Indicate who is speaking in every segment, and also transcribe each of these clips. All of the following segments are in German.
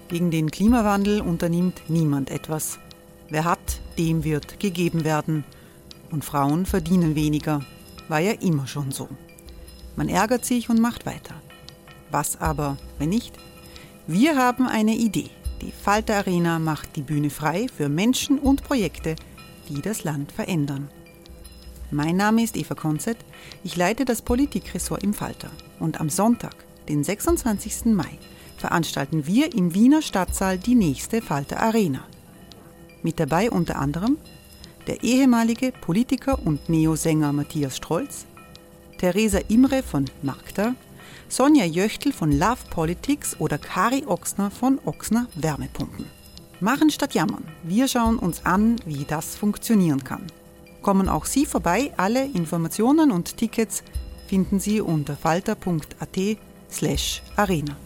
Speaker 1: Gegen den Klimawandel unternimmt niemand etwas. Wer hat, dem wird gegeben werden. Und Frauen verdienen weniger. War ja immer schon so. Man ärgert sich und macht weiter. Was aber, wenn nicht? Wir haben eine Idee. Die Falter Arena macht die Bühne frei für Menschen und Projekte, die das Land verändern. Mein Name ist Eva Konzett. Ich leite das Politikressort im Falter. Und am Sonntag, den 26. Mai, veranstalten wir im Wiener Stadtsaal die nächste Falter Arena. Mit dabei unter anderem der ehemalige Politiker und Neosänger Matthias Strolz, Theresa Imre von Magda, Sonja Jöchtl von Love Politics oder Kari Ochsner von Ochsner Wärmepumpen. Machen statt jammern. Wir schauen uns an, wie das funktionieren kann. Kommen auch Sie vorbei. Alle Informationen und Tickets finden Sie unter falter.at/arena.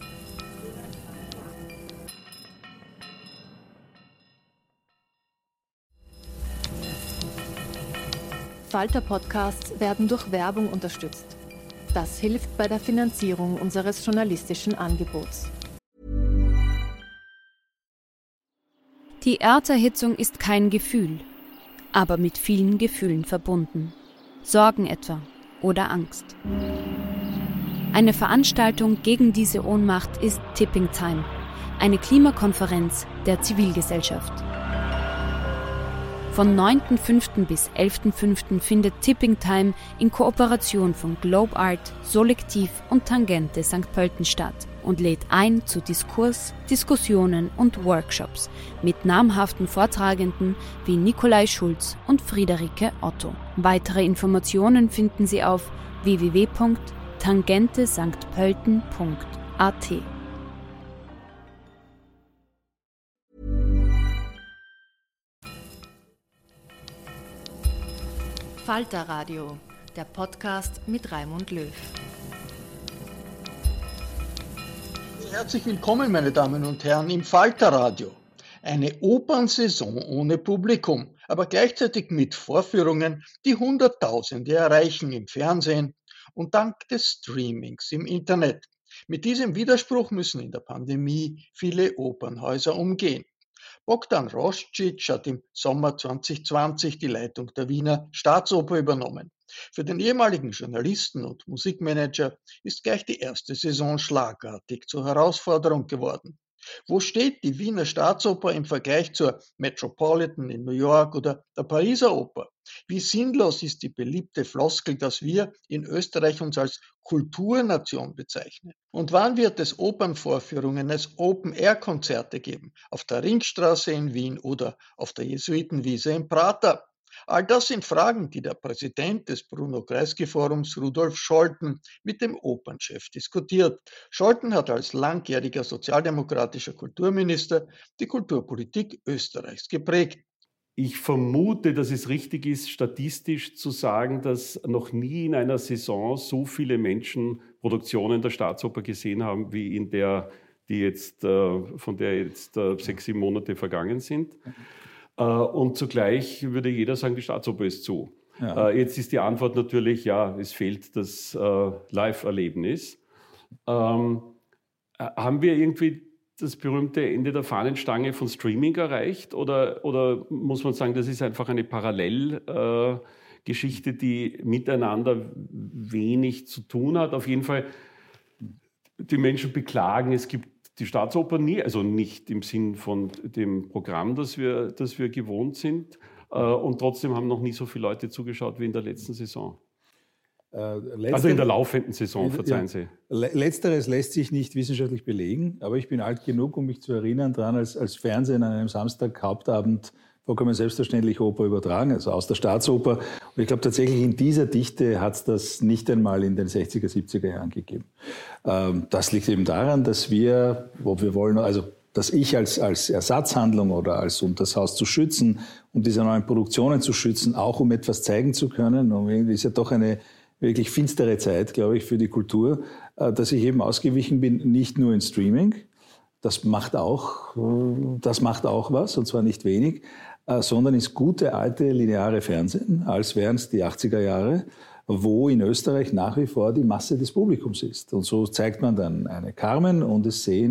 Speaker 2: Falter-Podcasts werden durch Werbung unterstützt. Das hilft bei der Finanzierung unseres journalistischen Angebots.
Speaker 3: Die Erderhitzung ist kein Gefühl, aber mit vielen Gefühlen verbunden. Sorgen etwa oder Angst. Eine Veranstaltung gegen diese Ohnmacht ist Tipping Time, eine Klimakonferenz der Zivilgesellschaft. Von 9.5. bis 11.5. findet Tipping Time in Kooperation von Globe Art, Solektiv und Tangente St. Pölten statt und lädt ein zu Diskurs, Diskussionen und Workshops mit namhaften Vortragenden wie Nikolai Schulz und Friederike Otto. Weitere Informationen finden Sie auf www.tangentesanktpölten.at.
Speaker 2: Falter Radio, der Podcast mit Raimund Löw.
Speaker 4: Herzlich willkommen, meine Damen und Herren, im Falter Radio. Eine Opernsaison ohne Publikum, aber gleichzeitig mit Vorführungen, die Hunderttausende erreichen im Fernsehen und dank des Streamings im Internet. Mit diesem Widerspruch müssen in der Pandemie viele Opernhäuser umgehen. Bogdan Roscic hat im Sommer 2020 die Leitung der Wiener Staatsoper übernommen. Für den ehemaligen Journalisten und Musikmanager ist gleich die erste Saison schlagartig zur Herausforderung geworden. Wo steht die Wiener Staatsoper im Vergleich zur Metropolitan in New York oder der Pariser Oper? Wie sinnlos ist die beliebte Floskel, dass wir in Österreich uns als Kulturnation bezeichnen? Und wann wird es Opernvorführungen als Open-Air-Konzerte geben? Auf der Ringstraße in Wien oder auf der Jesuitenwiese in Prater? All das sind Fragen, die der Präsident des Bruno-Kreisky-Forums, Rudolf Scholten, mit dem Opernchef diskutiert. Scholten hat als langjähriger sozialdemokratischer Kulturminister die Kulturpolitik Österreichs geprägt.
Speaker 5: Ich vermute, dass es richtig ist, statistisch zu sagen, dass noch nie in einer Saison so viele Menschen Produktionen der Staatsoper gesehen haben, wie in der, von der jetzt 6-7 Monate vergangen sind. Und zugleich würde jeder sagen, die Staatsoper ist zu. Ja. Jetzt ist die Antwort natürlich, ja, es fehlt das Live-Erlebnis. Haben wir irgendwie das berühmte Ende der Fahnenstange von Streaming erreicht? Oder muss man sagen, das ist einfach eine Parallelgeschichte, die miteinander wenig zu tun hat? Auf jeden Fall, die Menschen beklagen, es gibt die Staatsoper nie, also nicht im Sinn von dem Programm, das wir gewohnt sind. Und trotzdem haben noch nie so viele Leute zugeschaut wie in der letzten Saison. Also in der laufenden Saison, verzeihen Sie.
Speaker 6: Letzteres lässt sich nicht wissenschaftlich belegen, aber ich bin alt genug, um mich zu erinnern daran, als Fernsehen an einem Samstag-Hauptabend vollkommen selbstverständlich Oper übertragen, also aus der Staatsoper. Und ich glaube tatsächlich, in dieser Dichte hat es das nicht einmal in den 60er, 70er Jahren gegeben. Das liegt eben daran, dass dass ich als Ersatzhandlung oder um das Haus zu schützen, um diese neuen Produktionen zu schützen, auch um etwas zeigen zu können, und irgendwie ist ja doch eine wirklich finstere Zeit, glaube ich, für die Kultur, dass ich eben ausgewichen bin, nicht nur in Streaming, das macht auch was, und zwar nicht wenig, sondern ins gute alte lineare Fernsehen, als wären es die 80er Jahre, wo in Österreich nach wie vor die Masse des Publikums ist. Und so zeigt man dann eine Carmen und es sehen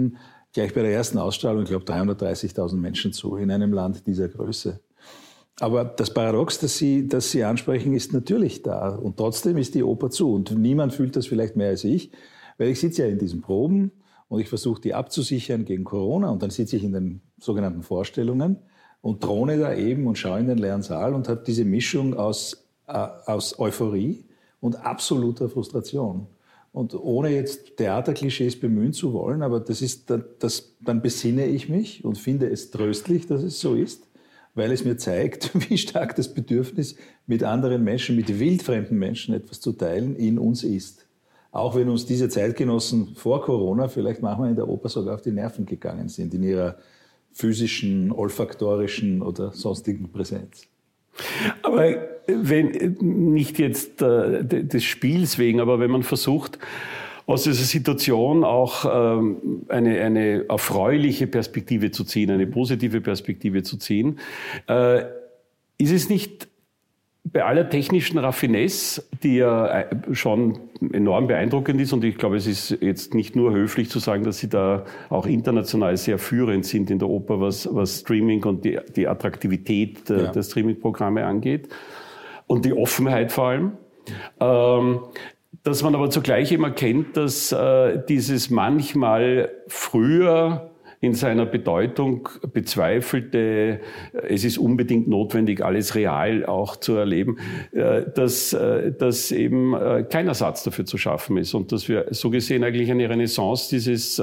Speaker 6: gleich bei der ersten Ausstrahlung, ich glaube, 330.000 Menschen zu in einem Land dieser Größe. Aber das Paradox, das Sie ansprechen, ist natürlich da. Und trotzdem ist die Oper zu. Und niemand fühlt das vielleicht mehr als ich, weil ich sitze ja in diesen Proben und ich versuche, die abzusichern gegen Corona. Und dann sitze ich in den sogenannten Vorstellungen und throne da eben und schaue in den leeren Saal und habe diese Mischung aus Euphorie und absoluter Frustration. Und ohne jetzt Theaterklischees bemühen zu wollen, aber dann besinne ich mich und finde es tröstlich, dass es so ist, weil es mir zeigt, wie stark das Bedürfnis, mit anderen Menschen, mit wildfremden Menschen etwas zu teilen, in uns ist. Auch wenn uns diese Zeitgenossen vor Corona vielleicht manchmal in der Oper sogar auf die Nerven gegangen sind, in ihrer physischen, olfaktorischen oder sonstigen Präsenz.
Speaker 5: Aber wenn nicht jetzt des Spiels wegen, aber wenn man versucht, aus dieser Situation auch eine erfreuliche Perspektive zu ziehen, eine positive Perspektive zu ziehen, ist es nicht bei aller technischen Raffinesse, die ja schon enorm beeindruckend ist, und ich glaube, es ist jetzt nicht nur höflich zu sagen, dass Sie da auch international sehr führend sind in der Oper, was Streaming und die Attraktivität der Streaming-Programme angeht und die Offenheit vor allem. Dass man aber zugleich immer kennt, dass dieses manchmal früher in seiner Bedeutung bezweifelte, es ist unbedingt notwendig, alles real auch zu erleben, dass eben kein Ersatz dafür zu schaffen ist und dass wir so gesehen eigentlich eine Renaissance dieses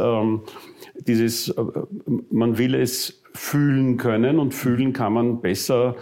Speaker 5: man will es fühlen können und fühlen kann man besser,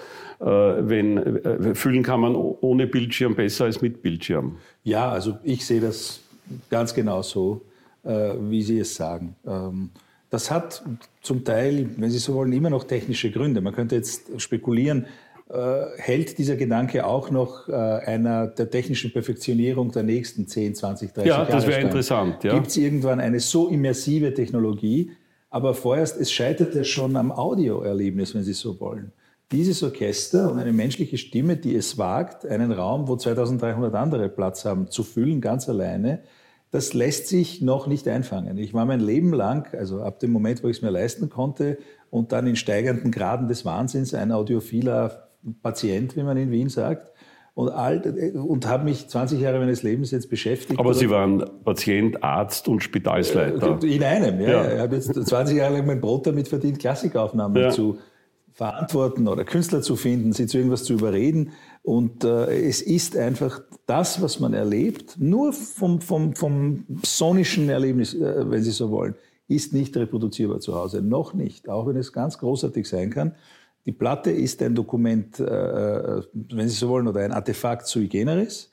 Speaker 5: fühlen kann man ohne Bildschirm besser als mit Bildschirm.
Speaker 6: Ja, also ich sehe das ganz genau so, wie Sie es sagen. Das hat zum Teil, wenn Sie so wollen, immer noch technische Gründe. Man könnte jetzt spekulieren, hält dieser Gedanke auch noch der technischen Perfektionierung der nächsten 10, 20, 30 Jahre?
Speaker 5: Ja, das wäre interessant. Ja.
Speaker 6: Gibt es irgendwann eine so immersive Technologie? Aber vorerst, es scheitert ja schon am Audioerlebnis, wenn Sie so wollen. Dieses Orchester und eine menschliche Stimme, die es wagt, einen Raum, wo 2300 andere Platz haben, zu füllen, ganz alleine, das lässt sich noch nicht einfangen. Ich war mein Leben lang, also ab dem Moment, wo ich es mir leisten konnte und dann in steigenden Graden des Wahnsinns, ein audiophiler Patient, wie man in Wien sagt, und habe mich 20 Jahre meines Lebens jetzt beschäftigt.
Speaker 5: Aber Sie waren Patient, Arzt und Spitalsleiter.
Speaker 6: In einem, ja. Ich habe jetzt 20 Jahre lang mein Brot damit verdient, Klassikaufnahmen zu verantworten oder Künstler zu finden, sie zu irgendwas zu überreden. Und es ist einfach das, was man erlebt, nur vom sonischen Erlebnis, wenn Sie so wollen, ist nicht reproduzierbar zu Hause. Noch nicht, auch wenn es ganz großartig sein kann. Die Platte ist ein Dokument, wenn Sie so wollen, oder ein Artefakt sui generis.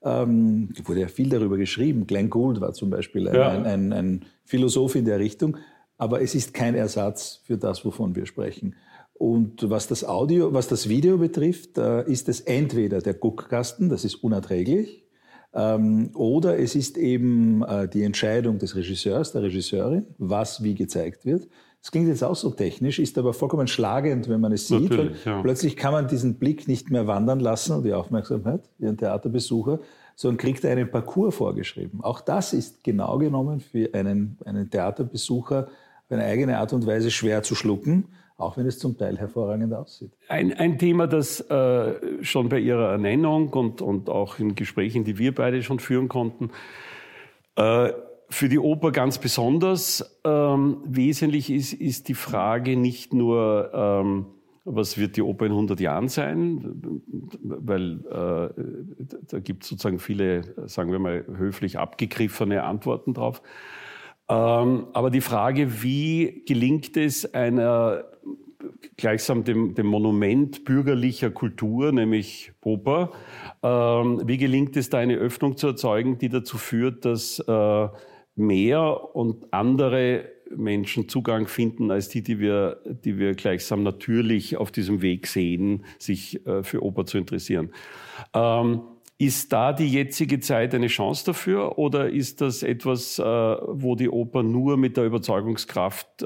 Speaker 6: Wurde ja viel darüber geschrieben. Glenn Gould war zum Beispiel ein Philosoph in der Richtung. Aber es ist kein Ersatz für das, wovon wir sprechen. Und was das Video betrifft, ist es entweder der Guckkasten, das ist unerträglich, oder es ist eben die Entscheidung des Regisseurs, der Regisseurin, was wie gezeigt wird. Das klingt jetzt auch so technisch, ist aber vollkommen schlagend, wenn man es sieht. Plötzlich kann man diesen Blick nicht mehr wandern lassen und die Aufmerksamkeit, wie ein Theaterbesucher, sondern kriegt einen Parcours vorgeschrieben. Auch das ist genau genommen für einen Theaterbesucher auf eine eigene Art und Weise schwer zu schlucken, auch wenn es zum Teil hervorragend aussieht.
Speaker 5: Ein Thema, das schon bei Ihrer Ernennung und auch in Gesprächen, die wir beide schon führen konnten, für die Oper ganz besonders wesentlich ist die Frage nicht nur, was wird die Oper in 100 Jahren sein, weil da gibt es sozusagen viele, sagen wir mal, höflich abgegriffene Antworten drauf. Aber die Frage, wie gelingt es einer gleichsam dem Monument bürgerlicher Kultur, nämlich Oper, wie gelingt es da eine Öffnung zu erzeugen, die dazu führt, dass mehr und andere Menschen Zugang finden als die wir gleichsam natürlich auf diesem Weg sehen, sich für Oper zu interessieren. Ist da die jetzige Zeit eine Chance dafür oder ist das etwas, wo die Oper nur mit der Überzeugungskraft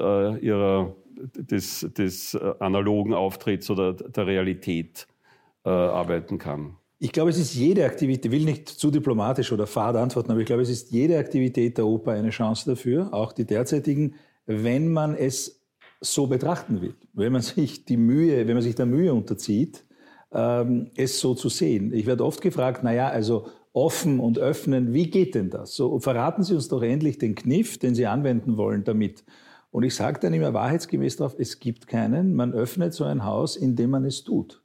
Speaker 5: des analogen Auftritts oder der Realität arbeiten kann?
Speaker 6: Ich glaube, es ist jede Aktivität, ich will nicht zu diplomatisch oder fad antworten, aber ich glaube, es ist jede Aktivität der Oper eine Chance dafür. Auch die derzeitigen wenn man es so betrachten will, wenn man sich der Mühe unterzieht, es so zu sehen. Ich werde oft gefragt, also offen und öffnen, wie geht denn das? So, verraten Sie uns doch endlich den Kniff, den Sie anwenden wollen damit. Und ich sage dann immer wahrheitsgemäß drauf, es gibt keinen. Man öffnet so ein Haus, indem man es tut.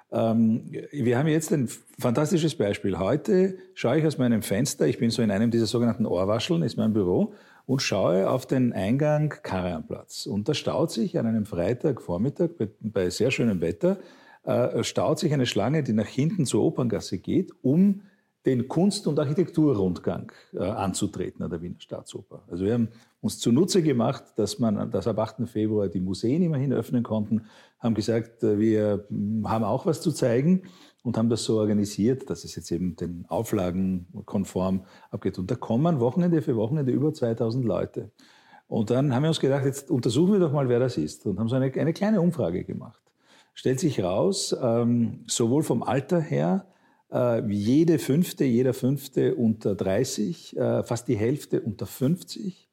Speaker 6: Wir haben jetzt ein fantastisches Beispiel. Heute schaue ich aus meinem Fenster, ich bin so in einem dieser sogenannten Ohrwascheln, ist mein Büro, und schaue auf den Eingang Karajanplatz. Und da staut sich an einem Freitagvormittag bei sehr schönem Wetter, staut sich eine Schlange, die nach hinten zur Operngasse geht, um den Kunst- und Architekturrundgang anzutreten an der Wiener Staatsoper. Also wir haben uns zunutze gemacht, dass ab 8. Februar die Museen immerhin öffnen konnten, haben gesagt, wir haben auch was zu zeigen und haben das so organisiert, dass es jetzt eben den Auflagen konform abgeht. Und da kommen Wochenende für Wochenende über 2000 Leute. Und dann haben wir uns gedacht, jetzt untersuchen wir doch mal, wer das ist. Und haben so eine kleine Umfrage gemacht. Stellt sich raus, sowohl vom Alter her, jeder Fünfte unter 30, fast die Hälfte unter 50.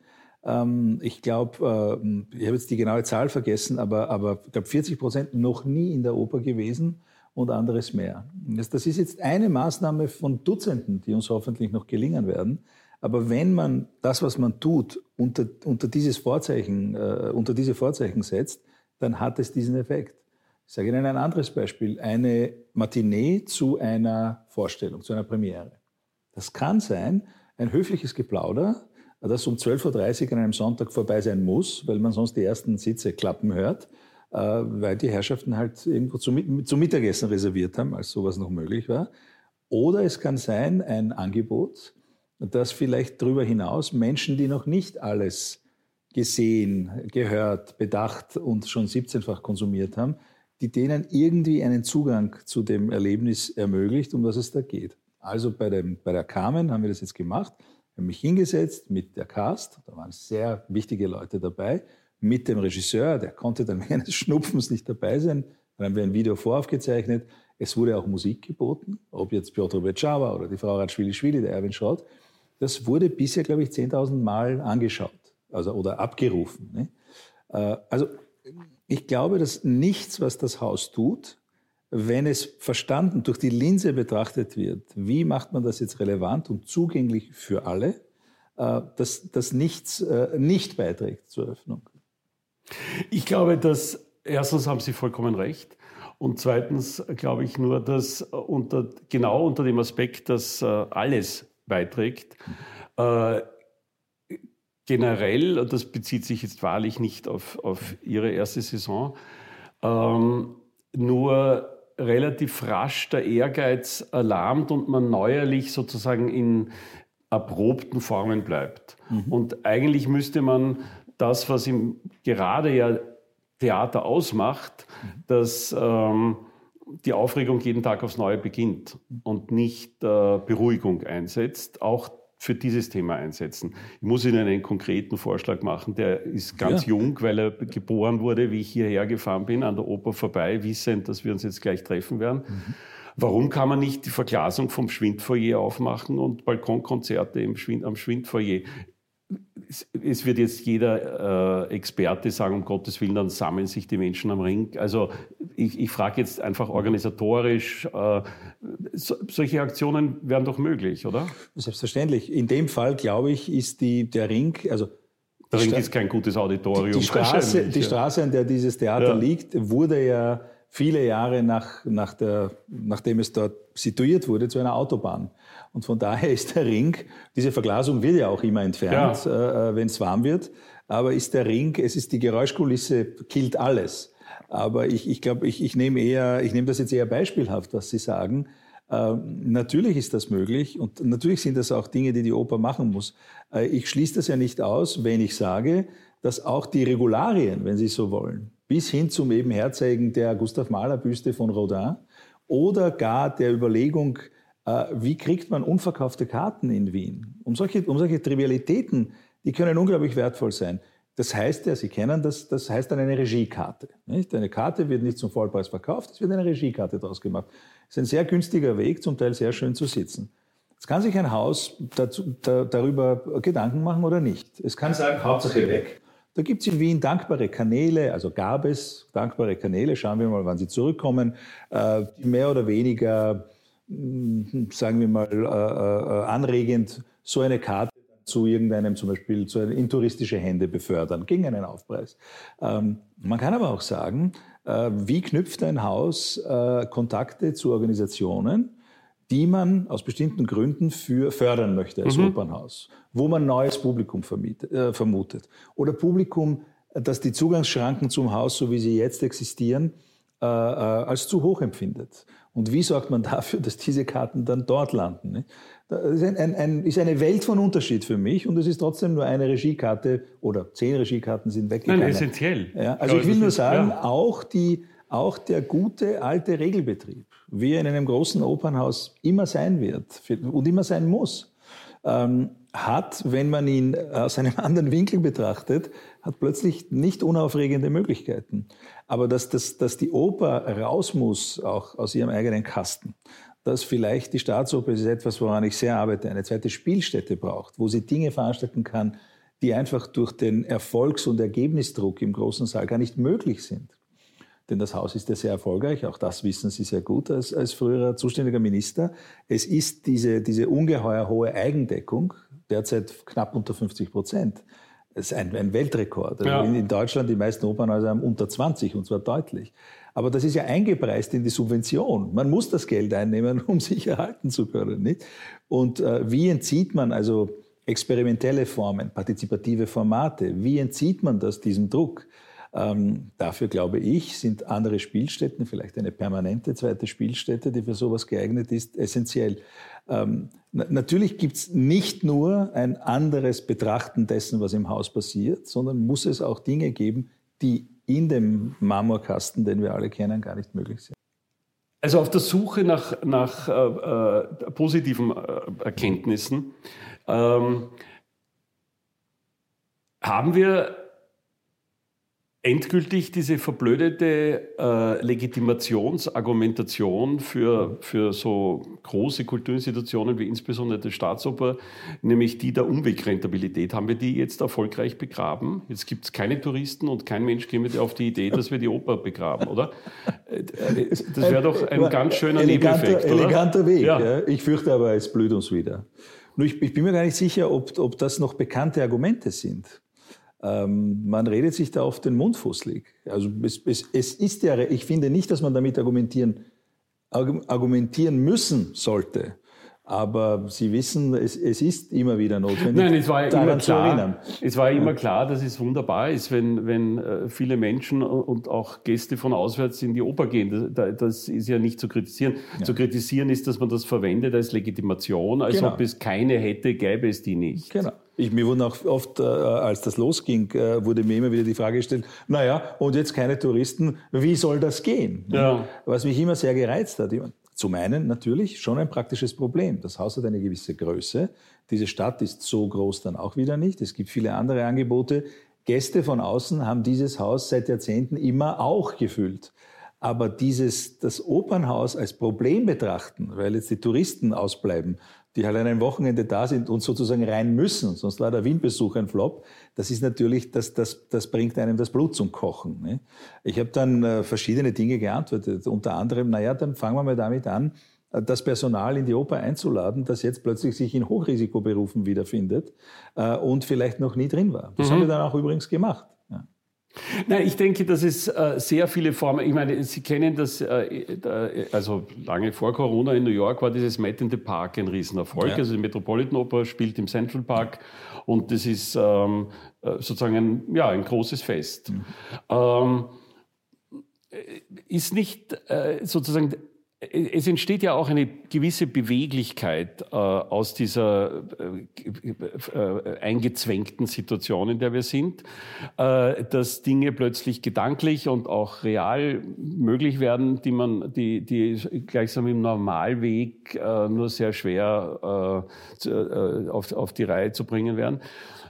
Speaker 6: Ich glaube, ich habe jetzt die genaue Zahl vergessen, aber ich glaube 40% noch nie in der Oper gewesen und anderes mehr. Das ist jetzt eine Maßnahme von Dutzenden, die uns hoffentlich noch gelingen werden. Aber wenn man das, was man tut, unter diese Vorzeichen setzt, dann hat es diesen Effekt. Ich sage Ihnen ein anderes Beispiel. Eine Matinee zu einer Vorstellung, zu einer Premiere. Das kann sein, ein höfliches Geplauder, das um 12.30 Uhr an einem Sonntag vorbei sein muss, weil man sonst die ersten Sitze klappen hört, weil die Herrschaften halt irgendwo zum Mittagessen reserviert haben, als sowas noch möglich war. Oder es kann sein, ein Angebot, das vielleicht darüber hinaus Menschen, die noch nicht alles gesehen, gehört, bedacht und schon 17-fach konsumiert haben, die denen irgendwie einen Zugang zu dem Erlebnis ermöglicht, um was es da geht. Also bei der Carmen haben wir das jetzt gemacht. Ich habe mich hingesetzt mit der Cast, da waren sehr wichtige Leute dabei, mit dem Regisseur, der konnte dann wegen eines Schnupfens nicht dabei sein. Dann haben wir ein Video voraufgezeichnet. Es wurde auch Musik geboten, ob jetzt Piotr Beczała oder die Frau Ratschwili-Schwili, der Erwin Schrott. Das wurde bisher, glaube ich, 10.000 Mal angeschaut oder abgerufen. Ne? Also ich glaube, dass nichts, was das Haus tut, wenn es verstanden durch die Linse betrachtet wird, wie macht man das jetzt relevant und zugänglich für alle, dass nichts nicht beiträgt zur Öffnung.
Speaker 5: Ich glaube, dass erstens haben Sie vollkommen recht und zweitens glaube ich nur, dass genau unter dem Aspekt, dass alles beiträgt, generell, und das bezieht sich jetzt wahrlich nicht auf Ihre erste Saison, nur relativ rasch der Ehrgeiz erlahmt und man neuerlich sozusagen in erprobten Formen bleibt. Und eigentlich müsste man das, was gerade ja Theater ausmacht, dass die Aufregung jeden Tag aufs Neue beginnt und nicht Beruhigung einsetzt, auch für dieses Thema einsetzen. Ich muss Ihnen einen konkreten Vorschlag machen, der ist ganz jung, weil er geboren wurde, wie ich hierher gefahren bin, an der Oper vorbei, wissend, dass wir uns jetzt gleich treffen werden. Warum kann man nicht die Verglasung vom Schwindfoyer aufmachen und Balkonkonzerte am Schwindfoyer? Es wird jetzt jeder Experte sagen, um Gottes Willen, dann sammeln sich die Menschen am Ring. Also ich frage jetzt einfach organisatorisch, solche Aktionen wären doch möglich, oder?
Speaker 6: Selbstverständlich. In dem Fall, glaube ich, ist der Ring, also
Speaker 5: der Ring ist kein gutes Auditorium.
Speaker 6: Die Straße, an der dieses Theater liegt, wurde ja viele Jahre nachdem es dort situiert wurde, zu einer Autobahn. Und von daher ist der Ring, diese Verglasung wird ja auch immer entfernt, wenn es warm wird, aber ist der Ring, es ist die Geräuschkulisse, killt alles. Aber ich glaube, ich nehme das jetzt eher beispielhaft, was Sie sagen. Natürlich ist das möglich und natürlich sind das auch Dinge, die Oper machen muss. Ich schließe das ja nicht aus, wenn ich sage, dass auch die Regularien, wenn Sie so wollen, bis hin zum eben Herzeigen der Gustav-Mahler-Büste von Rodin oder gar der Überlegung, wie kriegt man unverkaufte Karten in Wien? Um solche Trivialitäten, die können unglaublich wertvoll sein. Das heißt ja, Sie kennen das, das heißt dann eine Regiekarte. Nicht? Eine Karte wird nicht zum Vollpreis verkauft, es wird eine Regiekarte draus gemacht. Das ist ein sehr günstiger Weg, zum Teil sehr schön zu sitzen. Jetzt kann sich ein Haus darüber Gedanken machen oder nicht. Es kann sagen, Hauptsache weg. Da gibt es in Wien dankbare Kanäle, also gab es dankbare Kanäle, schauen wir mal, wann sie zurückkommen, die mehr oder weniger, sagen wir mal, anregend so eine Karte zu irgendeinem, zum Beispiel in touristische Hände befördern, gegen einen Aufpreis. Man kann aber auch sagen, wie knüpft ein Haus Kontakte zu Organisationen, die man aus bestimmten Gründen fördern möchte als Opernhaus, wo man neues Publikum vermutet. Oder Publikum, das die Zugangsschranken zum Haus, so wie sie jetzt existieren, als zu hoch empfindet. Und wie sorgt man dafür, dass diese Karten dann dort landen? Ne? Das ist eine Welt von Unterschied für mich und es ist trotzdem nur eine Regiekarte oder 10 Regiekarten sind weggegangen.
Speaker 5: Nein, essentiell.
Speaker 6: Ja, also ich will nur sagen, auch der gute alte Regelbetrieb, wie er in einem großen Opernhaus immer sein wird und immer sein muss, hat, wenn man ihn aus einem anderen Winkel betrachtet, hat plötzlich nicht unaufregende Möglichkeiten. Aber dass die Oper raus muss, auch aus ihrem eigenen Kasten, dass vielleicht die Staatsoper, das ist etwas, woran ich sehr arbeite, eine zweite Spielstätte braucht, wo sie Dinge veranstalten kann, die einfach durch den Erfolgs- und Ergebnisdruck im großen Saal gar nicht möglich sind. Denn das Haus ist ja sehr erfolgreich, auch das wissen Sie sehr gut als früherer zuständiger Minister. Es ist diese ungeheuer hohe Eigendeckung, derzeit knapp unter 50%. Das ist ein Weltrekord. Ja. In Deutschland, die meisten Opernhäuser haben unter 20, und zwar deutlich. Aber das ist ja eingepreist in die Subvention. Man muss das Geld einnehmen, um sich erhalten zu können. Nicht? Und wie entzieht man also experimentelle Formen, partizipative Formate, wie entzieht man das diesem Druck? Dafür, glaube ich, sind andere Spielstätten, vielleicht eine permanente zweite Spielstätte, die für sowas geeignet ist, essentiell. Natürlich gibt es nicht nur ein anderes Betrachten dessen, was im Haus passiert, sondern muss es auch Dinge geben, die in dem Marmorkasten, den wir alle kennen, gar nicht möglich sind.
Speaker 5: Also auf der Suche nach positiven Erkenntnissen haben wir endgültig diese verblödete Legitimationsargumentation für so große Kulturinstitutionen wie insbesondere die Staatsoper, nämlich die der Umwegrentabilität, haben wir die jetzt erfolgreich begraben? Jetzt gibt es keine Touristen und kein Mensch käme auf die Idee, dass wir die Oper begraben, oder? Das wäre doch ein ganz schöner Nebeneffekt, oder?
Speaker 6: Eleganter Weg. Ja. Ich fürchte aber, es blüht uns wieder. Nur ich bin mir gar nicht sicher, ob das noch bekannte Argumente sind. Man redet sich da auf den Mund fußlig. Also es ist ja, ich finde nicht, dass man damit argumentieren müssen sollte. Aber Sie wissen, es ist immer wieder notwendig,
Speaker 5: Nein, es war ja
Speaker 6: daran
Speaker 5: immer
Speaker 6: zu erinnern.
Speaker 5: Es war ja immer klar, dass es wunderbar ist, wenn viele Menschen und auch Gäste von auswärts in die Oper gehen. Das ist ja nicht zu kritisieren. Ja. Zu kritisieren ist, dass man das verwendet als Legitimation, als ob es keine hätte, gäbe es die nicht.
Speaker 6: Genau. Mir wurden auch oft, als das losging, wurde mir immer wieder die Frage gestellt, naja, und jetzt keine Touristen, wie soll das gehen? Ja. Was mich immer sehr gereizt hat. Zum einen natürlich schon ein praktisches Problem. Das Haus hat eine gewisse Größe. Diese Stadt ist so groß dann auch wieder nicht. Es gibt viele andere Angebote. Gäste von außen haben dieses Haus seit Jahrzehnten immer auch gefüllt. Aber das Opernhaus als Problem betrachten, weil jetzt die Touristen ausbleiben, die halt an einem Wochenende da sind und sozusagen rein müssen, sonst war der Wien-Besuch ein Flop, das ist natürlich, das bringt einem das Blut zum Kochen. Ne? Ich habe dann verschiedene Dinge geantwortet, unter anderem, dann fangen wir mal damit an, das Personal in die Oper einzuladen, das jetzt plötzlich sich in Hochrisikoberufen wiederfindet und vielleicht noch nie drin war. Das haben wir dann auch übrigens gemacht. Ja.
Speaker 5: Nein, ich denke, dass es sehr viele Formen, ich meine, Sie kennen das, also lange vor Corona in New York war dieses Met in the Park ein Riesenerfolg. Ja. Also die Metropolitan Opera spielt im Central Park und das ist sozusagen ein großes Fest. Ist nicht sozusagen... Es entsteht ja auch eine gewisse Beweglichkeit aus dieser eingezwängten Situation, in der wir sind, dass Dinge plötzlich gedanklich und auch real möglich werden, die gleichsam im Normalweg nur sehr schwer auf die Reihe zu bringen werden.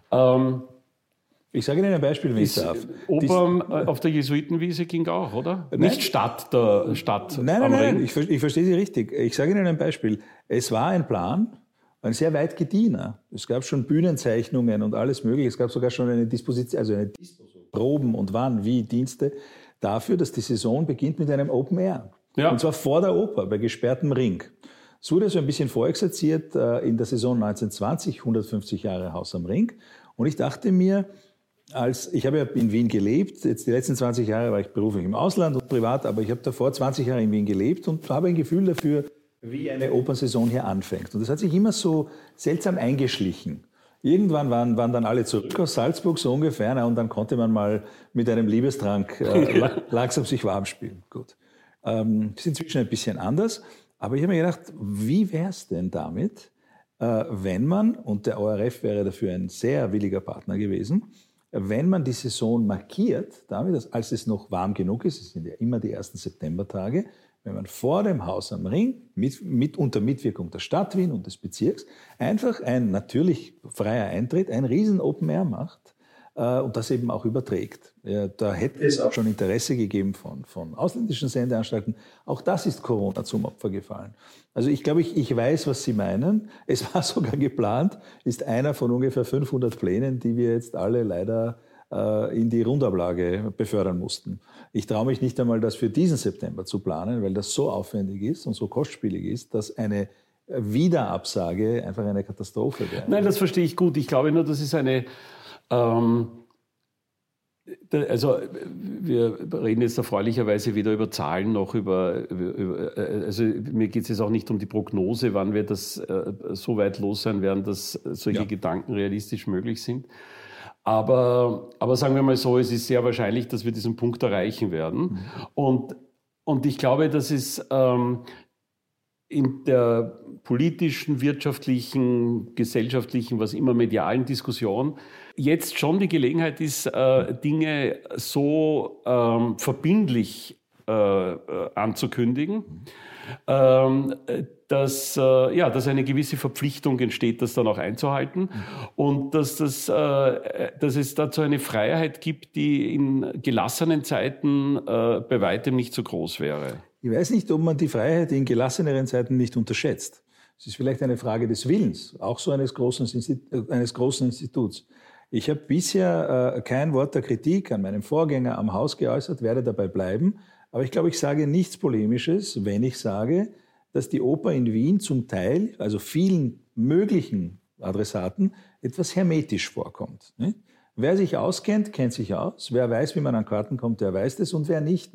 Speaker 6: Ich sage Ihnen ein Beispiel, wenn ich darf.
Speaker 5: Oper auf der Jesuitenwiese ging auch, oder? Nein. Nicht Stadt.
Speaker 6: Nein, ich verstehe Sie richtig. Ich sage Ihnen ein Beispiel. Es war ein Plan ein sehr weit gediener. Es gab schon Bühnenzeichnungen und alles Mögliche. Es gab sogar schon eine Disposition, also eine Proben und wann, wie, Dienste dafür, dass die Saison beginnt mit einem Open Air. Ja. Und zwar vor der Oper, bei gesperrtem Ring. Es wurde so ein bisschen vorexerziert in der Saison 1920, 150 Jahre Haus am Ring. Und ich dachte mir, ich habe ja in Wien gelebt, jetzt die letzten 20 Jahre war ich beruflich im Ausland und privat, aber ich habe davor 20 Jahre in Wien gelebt und habe ein Gefühl dafür, wie eine Opernsaison hier anfängt. Und das hat sich immer so seltsam eingeschlichen. Irgendwann waren dann alle zurück aus Salzburg, so ungefähr, und dann konnte man mal mit einem Liebestrank langsam sich warm spielen. Gut. Ist inzwischen ein bisschen anders, aber ich habe mir gedacht, wie wäre es denn damit, wenn man, und der ORF wäre dafür ein sehr williger Partner gewesen, wenn man die Saison markiert, damit, als es noch warm genug ist, es sind ja immer die ersten Septembertage, wenn man vor dem Haus am Ring unter Mitwirkung der Stadt Wien und des Bezirks einfach ein natürlich freier Eintritt, ein riesen Open Air macht und das eben auch überträgt. Ja, da hätte es auch schon Interesse gegeben von ausländischen Sendeanstalten. Auch das ist Corona zum Opfer gefallen. Also ich glaube, ich weiß, was Sie meinen. Es war sogar geplant, ist einer von ungefähr 500 Plänen, die wir jetzt alle leider in die Rundablage befördern mussten. Ich traue mich nicht einmal, das für diesen September zu planen, weil das so aufwendig ist und so kostspielig ist, dass eine Wiederabsage einfach eine Katastrophe wäre.
Speaker 5: Nein, das verstehe ich gut. Ich glaube nur, das ist eine... Also wir reden jetzt erfreulicherweise weder über Zahlen noch also mir geht es jetzt auch nicht um die Prognose, wann wir das so weit los sein werden, dass solche Gedanken realistisch möglich sind. Aber sagen wir mal so, es ist sehr wahrscheinlich, dass wir diesen Punkt erreichen werden. Und ich glaube, dass es in der politischen, wirtschaftlichen, gesellschaftlichen, was immer medialen Diskussion jetzt schon die Gelegenheit ist, Dinge so verbindlich anzukündigen, dass eine gewisse Verpflichtung entsteht, das dann auch einzuhalten und dass es dazu eine Freiheit gibt, die in gelassenen Zeiten bei weitem nicht so groß wäre.
Speaker 6: Ich weiß nicht, ob man die Freiheit in gelasseneren Zeiten nicht unterschätzt. Es ist vielleicht eine Frage des Willens, auch so eines großen Instituts. Ich habe bisher kein Wort der Kritik an meinem Vorgänger am Haus geäußert, werde dabei bleiben. Aber ich glaube, ich sage nichts Polemisches, wenn ich sage, dass die Oper in Wien zum Teil, also vielen möglichen Adressaten, etwas hermetisch vorkommt. Wer sich auskennt, kennt sich aus. Wer weiß, wie man an Karten kommt, der weiß das. Und wer nicht,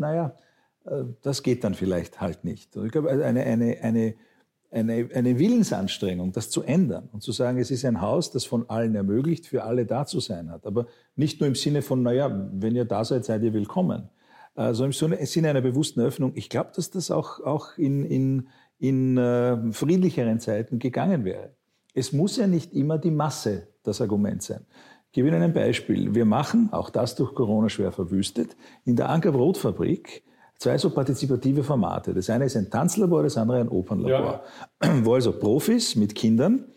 Speaker 6: das geht dann vielleicht halt nicht. Ich glaube, eine Willensanstrengung, das zu ändern und zu sagen, es ist ein Haus, das von allen ermöglicht, für alle da zu sein hat. Aber nicht nur im Sinne von, wenn ihr da seid, seid ihr willkommen. Sondern im Sinne einer bewussten Öffnung. Ich glaube, dass das auch in friedlicheren Zeiten gegangen wäre. Es muss ja nicht immer die Masse das Argument sein. Ich gebe Ihnen ein Beispiel. Wir machen, auch das durch Corona schwer verwüstet, in der Anker-Brot-Fabrik 2 so partizipative Formate. Das eine ist ein Tanzlabor, das andere ein Opernlabor. Ja. Wo also Profis mit Kindern,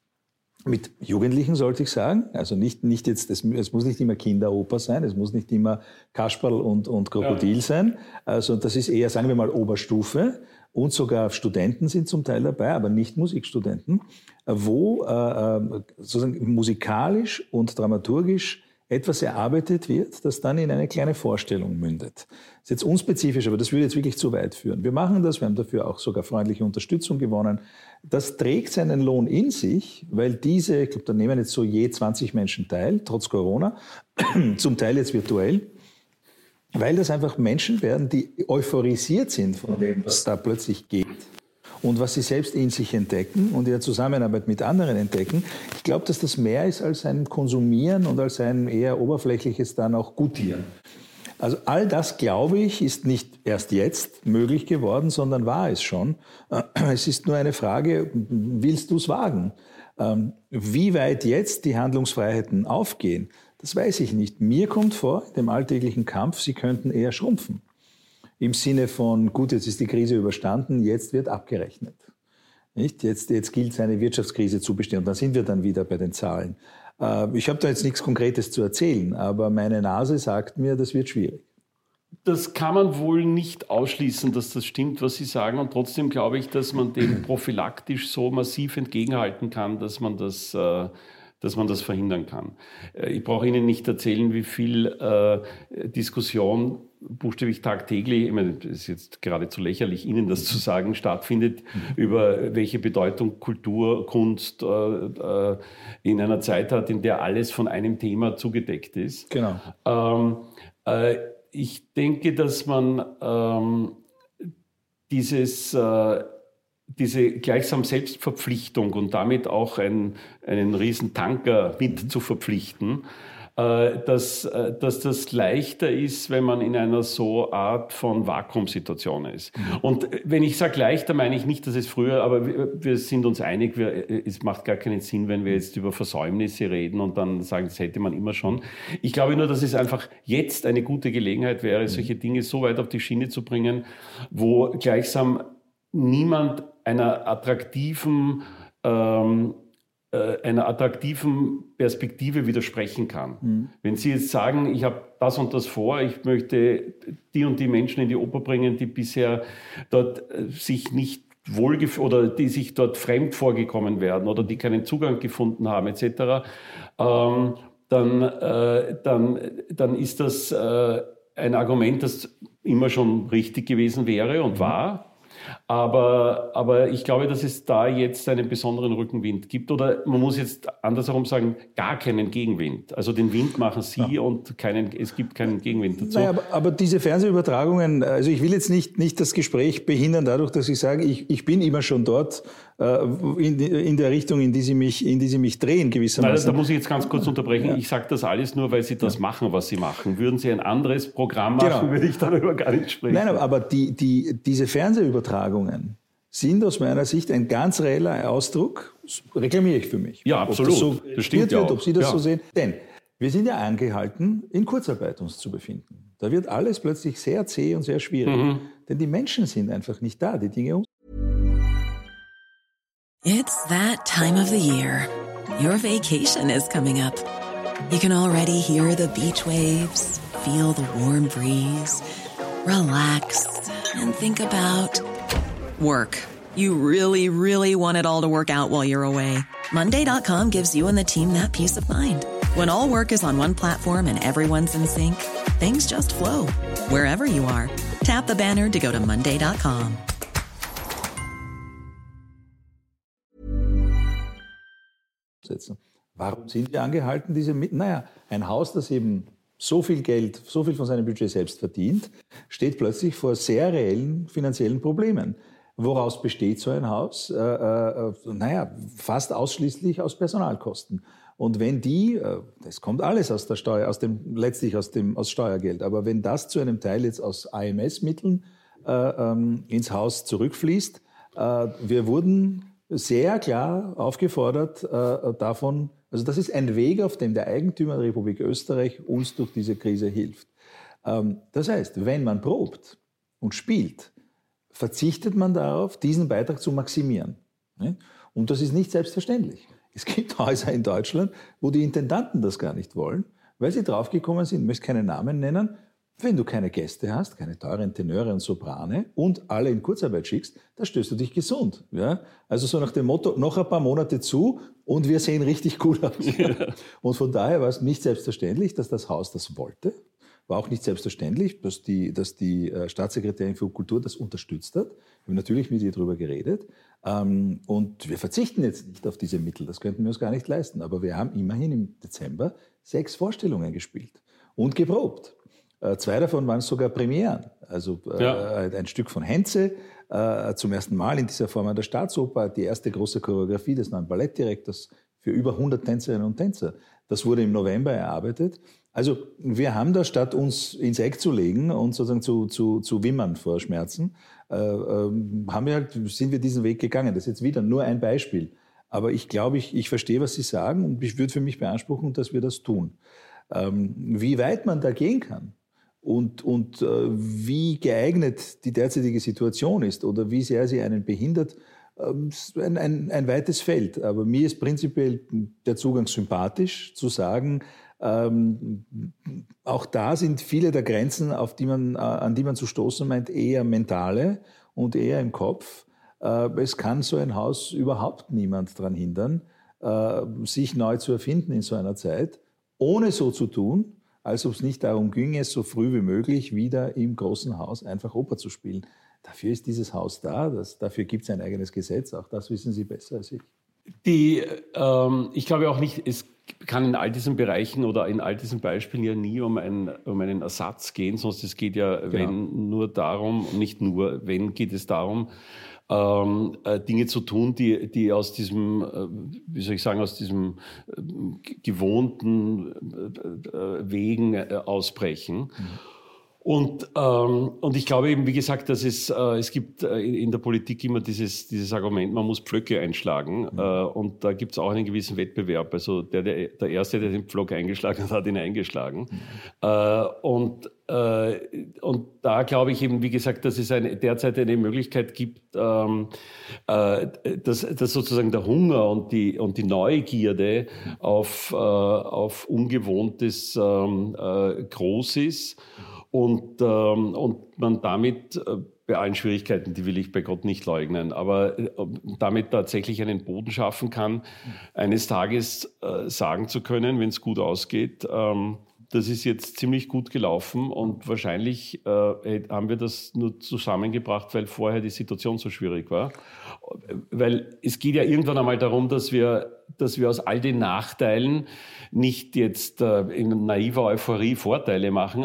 Speaker 6: mit Jugendlichen sollte ich sagen, also nicht jetzt, es muss nicht immer Kinderoper sein, es muss nicht immer Kasperl und Krokodil sein, also das ist eher, sagen wir mal, Oberstufe und sogar Studenten sind zum Teil dabei, aber nicht Musikstudenten, wo sozusagen musikalisch und dramaturgisch etwas erarbeitet wird, das dann in eine kleine Vorstellung mündet. Das ist jetzt unspezifisch, aber das würde jetzt wirklich zu weit führen. Wir machen das, wir haben dafür auch sogar freundliche Unterstützung gewonnen. Das trägt seinen Lohn in sich, weil ich glaube, da nehmen jetzt so je 20 Menschen teil, trotz Corona, zum Teil jetzt virtuell, weil das einfach Menschen werden, die euphorisiert sind von dem, was da plötzlich geht. Und was sie selbst in sich entdecken und in der Zusammenarbeit mit anderen entdecken. Ich glaube, dass das mehr ist als ein Konsumieren und als ein eher oberflächliches dann auch Gutieren. Also all das, glaube ich, ist nicht erst jetzt möglich geworden, sondern war es schon. Es ist nur eine Frage, willst du es wagen? Wie weit jetzt die Handlungsfreiheiten aufgehen, das weiß ich nicht. Mir kommt vor, in dem alltäglichen Kampf, sie könnten eher schrumpfen. Im Sinne von, gut, jetzt ist die Krise überstanden, jetzt wird abgerechnet. Nicht? Jetzt gilt es, eine Wirtschaftskrise zu bestehen. Und dann sind wir dann wieder bei den Zahlen. Ich habe da jetzt nichts Konkretes zu erzählen, aber meine Nase sagt mir, das wird schwierig.
Speaker 5: Das kann man wohl nicht ausschließen, dass das stimmt, was Sie sagen. Und trotzdem glaube ich, dass man dem prophylaktisch so massiv entgegenhalten kann, dass man das verhindern kann. Ich brauche Ihnen nicht erzählen, wie viel Diskussion buchstäblich tagtäglich, ich meine, es ist jetzt geradezu lächerlich, Ihnen das zu sagen, stattfindet, über welche Bedeutung Kultur, Kunst in einer Zeit hat, in der alles von einem Thema zugedeckt ist.
Speaker 6: Genau.
Speaker 5: Ich denke, dass man diese gleichsam Selbstverpflichtung und damit auch einen riesen Tanker mit zu verpflichten, dass das leichter ist, wenn man in einer so Art von Vakuumsituation ist. Und wenn ich sage leichter, meine ich nicht, dass es früher, aber wir sind uns einig, es macht gar keinen Sinn, wenn wir jetzt über Versäumnisse reden und dann sagen, das hätte man immer schon. Ich glaube nur, dass es einfach jetzt eine gute Gelegenheit wäre, solche Dinge so weit auf die Schiene zu bringen, wo gleichsam niemand einer attraktiven Perspektive widersprechen kann. Wenn Sie jetzt sagen, ich habe das und das vor, ich möchte die und die Menschen in die Oper bringen, die bisher dort sich nicht wohlgefühlt oder die sich dort fremd vorgekommen werden oder die keinen Zugang gefunden haben etc., dann ist das ein Argument, das immer schon richtig gewesen wäre und war. Aber ich glaube, dass es da jetzt einen besonderen Rückenwind gibt. Oder man muss jetzt andersherum sagen, gar keinen Gegenwind. Also den Wind machen Sie und es gibt keinen Gegenwind dazu.
Speaker 6: Naja, aber diese Fernsehübertragungen, also ich will jetzt nicht das Gespräch behindern dadurch, dass ich sage, ich bin immer schon dort in der Richtung, in die Sie mich drehen gewissermaßen.
Speaker 5: Nein, da muss ich jetzt ganz kurz unterbrechen. Ja. Ich sage das alles nur, weil Sie das machen, was Sie machen. Würden Sie ein anderes Programm machen, würde ich darüber gar nicht sprechen.
Speaker 6: Nein, aber diese Fernsehübertragungen sind aus meiner Sicht ein ganz reeller Ausdruck, reklamiere ich für mich.
Speaker 5: Ja, absolut.
Speaker 6: Das stimmt ja auch. Ob Sie das so sehen. Denn wir sind ja angehalten, in Kurzarbeit uns zu befinden. Da wird alles plötzlich sehr zäh und sehr schwierig. Denn die Menschen sind einfach nicht da, die Dinge
Speaker 7: It's that time of the year. Your vacation is coming up. You can already hear the beach waves, feel the warm breeze, relax and think about work. You really, really want it all to work out while you're away. Monday.com gives you and the team that peace of mind. When all work is on one platform and everyone's in sync, things just flow. Wherever you are, tap the banner to go to Monday.com.
Speaker 6: Warum sind wir angehalten, ein Haus, das eben so viel Geld, so viel von seinem Budget selbst verdient, steht plötzlich vor sehr reellen finanziellen Problemen. Woraus besteht so ein Haus? Fast ausschließlich aus Personalkosten. Und wenn das kommt alles aus der Steuer, letztlich aus Steuergeld, aber wenn das zu einem Teil jetzt aus AMS-Mitteln ins Haus zurückfließt, wir wurden sehr klar aufgefordert davon, also das ist ein Weg, auf dem der Eigentümer der Republik Österreich uns durch diese Krise hilft. Das heißt, wenn man probt und spielt, verzichtet man darauf, diesen Beitrag zu maximieren. Und das ist nicht selbstverständlich. Es gibt Häuser in Deutschland, wo die Intendanten das gar nicht wollen, weil sie draufgekommen sind, ich möchte keine Namen nennen, wenn du keine Gäste hast, keine teuren Tenöre und Soprane und alle in Kurzarbeit schickst, da stößt du dich gesund. Ja? Also so nach dem Motto, noch ein paar Monate zu und wir sehen richtig gut aus. Ja. Und von daher war es nicht selbstverständlich, dass das Haus das wollte. War auch nicht selbstverständlich, dass die Staatssekretärin für Kultur das unterstützt hat. Wir haben natürlich mit ihr darüber geredet. Und wir verzichten jetzt nicht auf diese Mittel, das könnten wir uns gar nicht leisten. Aber wir haben immerhin im Dezember 6 Vorstellungen gespielt und geprobt. 2 davon waren sogar Premieren. Also ein Stück von Henze, zum ersten Mal in dieser Form an der Staatsoper, die erste große Choreografie des neuen Ballettdirektors für über 100 Tänzerinnen und Tänzer. Das wurde im November erarbeitet. Also wir haben da, statt uns ins Eck zu legen und sozusagen zu wimmern vor Schmerzen, sind wir diesen Weg gegangen. Das ist jetzt wieder nur ein Beispiel. Aber ich glaube, ich verstehe, was Sie sagen und ich würde für mich beanspruchen, dass wir das tun. Wie weit man da gehen kann und wie geeignet die derzeitige Situation ist oder wie sehr sie einen behindert, ein weites Feld. Aber mir ist prinzipiell der Zugang sympathisch, zu sagen, auch da sind viele der Grenzen, an die man zu stoßen meint, eher mentale und eher im Kopf. Es kann so ein Haus überhaupt niemand daran hindern, sich neu zu erfinden in so einer Zeit, ohne so zu tun, als ob es nicht darum ginge, so früh wie möglich wieder im großen Haus einfach Oper zu spielen. Dafür ist dieses Haus da, dafür gibt es ein eigenes Gesetz, auch das wissen Sie besser als ich.
Speaker 5: Ich glaube auch nicht, es kann in all diesen Bereichen oder in all diesen Beispielen ja nie um einen Ersatz gehen, sondern es geht ja, wenn nur darum, nicht nur, wenn geht es darum, Dinge zu tun, die aus diesem, aus diesem gewohnten Wegen ausbrechen. Und ich glaube eben, wie gesagt, dass es gibt in der Politik immer dieses Argument, man muss Pflöcke einschlagen. Und da gibt es auch einen gewissen Wettbewerb. Also der Erste, der den Pflock eingeschlagen hat ihn eingeschlagen. Und da glaube ich eben, wie gesagt, dass es derzeit eine Möglichkeit gibt, dass sozusagen der Hunger und die Neugierde auf Ungewohntes groß ist. Und man damit bei allen Schwierigkeiten, die will ich bei Gott nicht leugnen, aber damit tatsächlich einen Boden schaffen kann, eines Tages sagen zu können, wenn es gut ausgeht, das ist jetzt ziemlich gut gelaufen und wahrscheinlich haben wir das nur zusammengebracht, weil vorher die Situation so schwierig war. Weil es geht ja irgendwann einmal darum, dass wir aus all den Nachteilen nicht jetzt in naiver Euphorie Vorteile machen,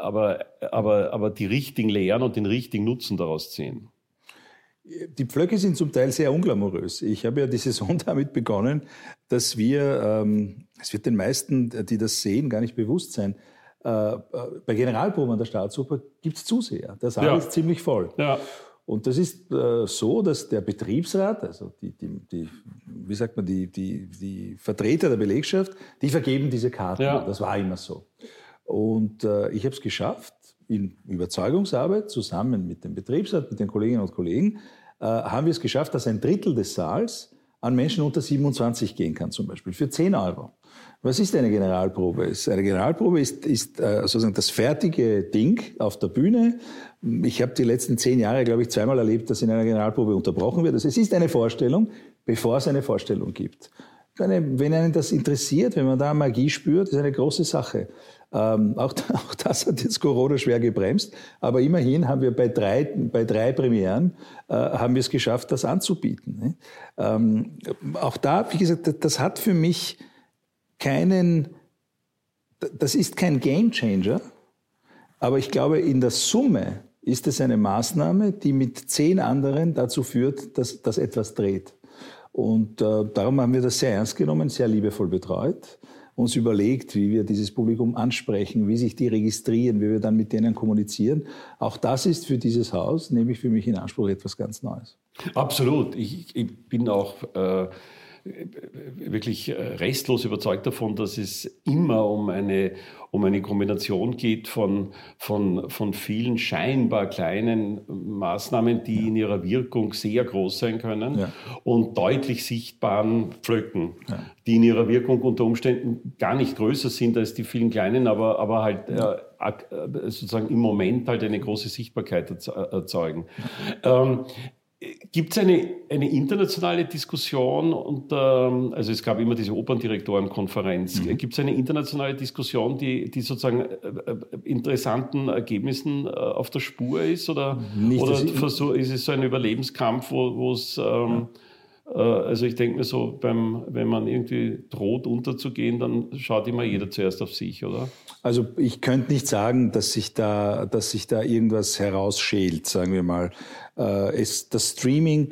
Speaker 5: aber die richtigen Lehren und den richtigen Nutzen daraus ziehen.
Speaker 6: Die Pflöcke sind zum Teil sehr unglamourös. Ich habe ja die Saison damit begonnen, dass wir, es wird den meisten, die das sehen, gar nicht bewusst sein, bei Generalproben an der Staatsoper gibt es Zuseher. Der Saal ist ziemlich voll. Ja. Und das ist so, dass der Betriebsrat, also die Vertreter der Belegschaft, die vergeben diese Karten. Ja. Das war immer so. Und ich habe es geschafft, in Überzeugungsarbeit zusammen mit dem Betriebsrat, mit den Kolleginnen und Kollegen, haben wir es geschafft, dass ein Drittel des Saals an Menschen unter 27 gehen kann, zum Beispiel, für 10 €. Was ist eine Generalprobe? Eine Generalprobe ist sozusagen das fertige Ding auf der Bühne. Ich habe die letzten 10 Jahre, glaube ich, zweimal erlebt, dass in einer Generalprobe unterbrochen wird. Also es ist eine Vorstellung, bevor es eine Vorstellung gibt. Wenn einen das interessiert, wenn man da Magie spürt, ist eine große Sache. Auch das hat jetzt Corona schwer gebremst, aber immerhin haben wir bei drei Premieren haben wir es geschafft, das anzubieten. Auch da, wie gesagt, das hat für mich das ist kein Gamechanger, aber ich glaube, in der Summe ist es eine Maßnahme, die mit 10 anderen dazu führt, dass etwas dreht. Und darum haben wir das sehr ernst genommen, sehr liebevoll betreut, uns überlegt, wie wir dieses Publikum ansprechen, wie sich die registrieren, wie wir dann mit denen kommunizieren. Auch das ist für dieses Haus, nehme ich für mich in Anspruch, etwas ganz Neues.
Speaker 5: Absolut. Ich bin auch wirklich restlos überzeugt davon, dass es immer um eine Kombination geht von vielen scheinbar kleinen Maßnahmen, die in ihrer Wirkung sehr groß sein können, und deutlich sichtbaren Pflöcken, die in ihrer Wirkung unter Umständen gar nicht größer sind als die vielen kleinen, aber halt sozusagen im Moment halt eine große Sichtbarkeit erzeugen. Gibt es eine internationale Diskussion also es gab immer diese Operndirektorenkonferenz. Gibt es eine internationale Diskussion, die sozusagen interessanten Ergebnissen auf der Spur ist? Oder ist es so ein Überlebenskampf, wo es also ich denke mir so, wenn man irgendwie droht unterzugehen, dann schaut immer jeder zuerst auf sich, oder?
Speaker 6: Also ich könnte nicht sagen, dass sich da irgendwas herausschält, sagen wir mal. Das Streaming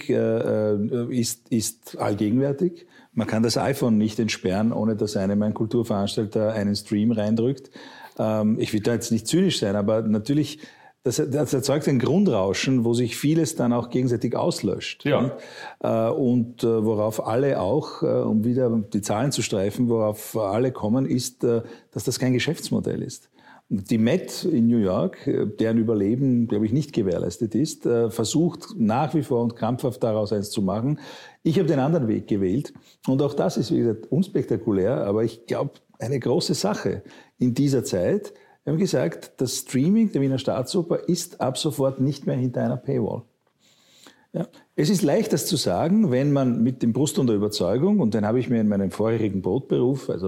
Speaker 6: ist allgegenwärtig. Man kann das iPhone nicht entsperren, ohne dass einem ein Kulturveranstalter einen Stream reindrückt. Ich will da jetzt nicht zynisch sein, aber natürlich, das erzeugt ein Grundrauschen, wo sich vieles dann auch gegenseitig auslöscht. Ja. Und worauf alle auch, um wieder die Zahlen zu streifen, worauf alle kommen, ist, dass das kein Geschäftsmodell ist. Die Met in New York, deren Überleben, glaube ich, nicht gewährleistet ist, versucht nach wie vor und krampfhaft daraus eins zu machen. Ich habe den anderen Weg gewählt. Und auch das ist, wie gesagt, unspektakulär, aber ich glaube, eine große Sache in dieser Zeit. Wir haben gesagt, das Streaming der Wiener Staatsoper ist ab sofort nicht mehr hinter einer Paywall. Ja. Es ist leicht, das zu sagen, wenn man mit dem Brust und der Überzeugung, und den habe ich mir in meinem vorherigen Brotberuf, also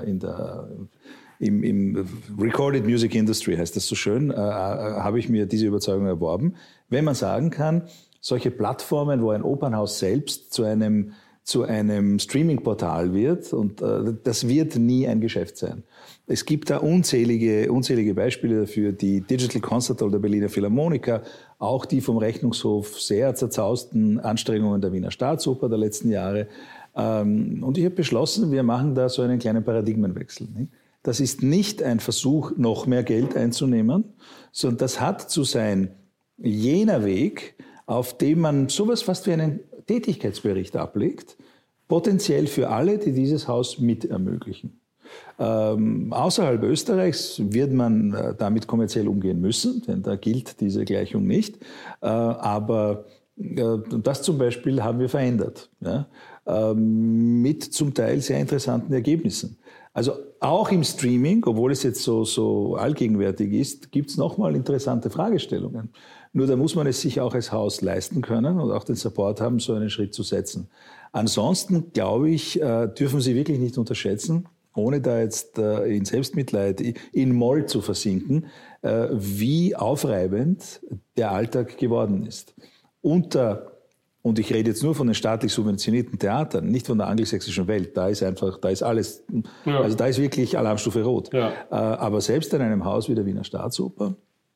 Speaker 6: im Recorded Music Industry heißt das so schön, habe ich mir diese Überzeugung erworben, wenn man sagen kann, solche Plattformen, wo ein Opernhaus selbst zu einem Streaming-Portal wird, und das wird nie ein Geschäft sein. Es gibt da unzählige Beispiele dafür, die Digital Concert Hall der Berliner Philharmoniker, auch die vom Rechnungshof sehr zerzausten Anstrengungen der Wiener Staatsoper der letzten Jahre. Und ich habe beschlossen, wir machen da so einen kleinen Paradigmenwechsel. Das ist nicht ein Versuch, noch mehr Geld einzunehmen, sondern das hat zu sein jener Weg, auf dem man sowas fast wie einen Tätigkeitsbericht ablegt, potenziell für alle, die dieses Haus mit ermöglichen. Außerhalb Österreichs wird man damit kommerziell umgehen müssen, denn da gilt diese Gleichung nicht. Aber das zum Beispiel haben wir verändert, ja, mit zum Teil sehr interessanten Ergebnissen. Also auch im Streaming, obwohl es jetzt so allgegenwärtig ist, gibt es nochmal interessante Fragestellungen. Nur da muss man es sich auch als Haus leisten können und auch den Support haben, so einen Schritt zu setzen. Ansonsten, glaube ich, dürfen Sie wirklich nicht unterschätzen, ohne da jetzt in Selbstmitleid, in Moll zu versinken, wie aufreibend der Alltag geworden ist. Und ich rede jetzt nur von den staatlich subventionierten Theatern, nicht von der angelsächsischen Welt. Da ist alles, also da ist wirklich Alarmstufe Rot. Ja. Aber selbst in einem Haus wie der Wiener Staatsoper,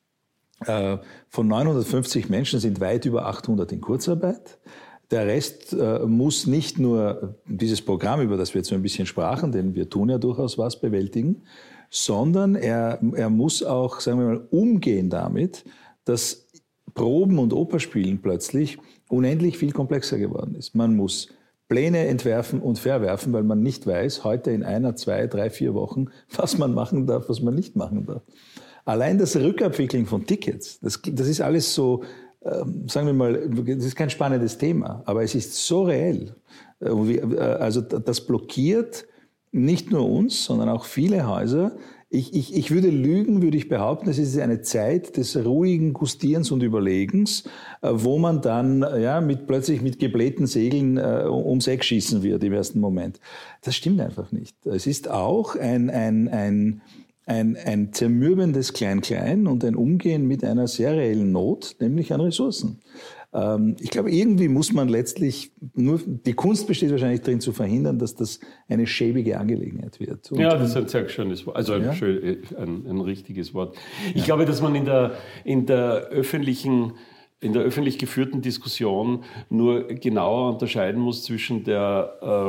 Speaker 6: von 950 Menschen sind weit über 800 in Kurzarbeit. Der Rest muss nicht nur dieses Programm, über das wir jetzt so ein bisschen sprachen, denn wir tun ja durchaus was, bewältigen, sondern er muss auch, sagen wir mal, umgehen damit, dass Proben und Operspielen plötzlich unendlich viel komplexer geworden ist. Man muss Pläne entwerfen und verwerfen, weil man nicht weiß, heute in 1, 2, 3, 4 Wochen, was man machen darf, was man nicht machen darf. Allein das Rückabwickeln von Tickets, das ist alles so, sagen wir mal, das ist kein spannendes Thema, aber es ist so reell. Also das blockiert nicht nur uns, sondern auch viele Häuser. Ich würde lügen, würde ich behaupten, es ist eine Zeit des ruhigen Gustierens und Überlegens, wo man dann plötzlich mit geblähten Segeln ums Eck schießen wird im ersten Moment. Das stimmt einfach nicht. Es ist auch ein zermürbendes Klein-Klein und ein Umgehen mit einer sehr reellen Not, nämlich an Ressourcen. Ich glaube, irgendwie muss man letztlich die Kunst besteht wahrscheinlich darin zu verhindern, dass das eine schäbige Angelegenheit wird. Und
Speaker 5: das ist ein sehr schönes Wort, also ein richtiges Wort. Ich glaube, dass man in der öffentlich geführten Diskussion nur genauer unterscheiden muss zwischen der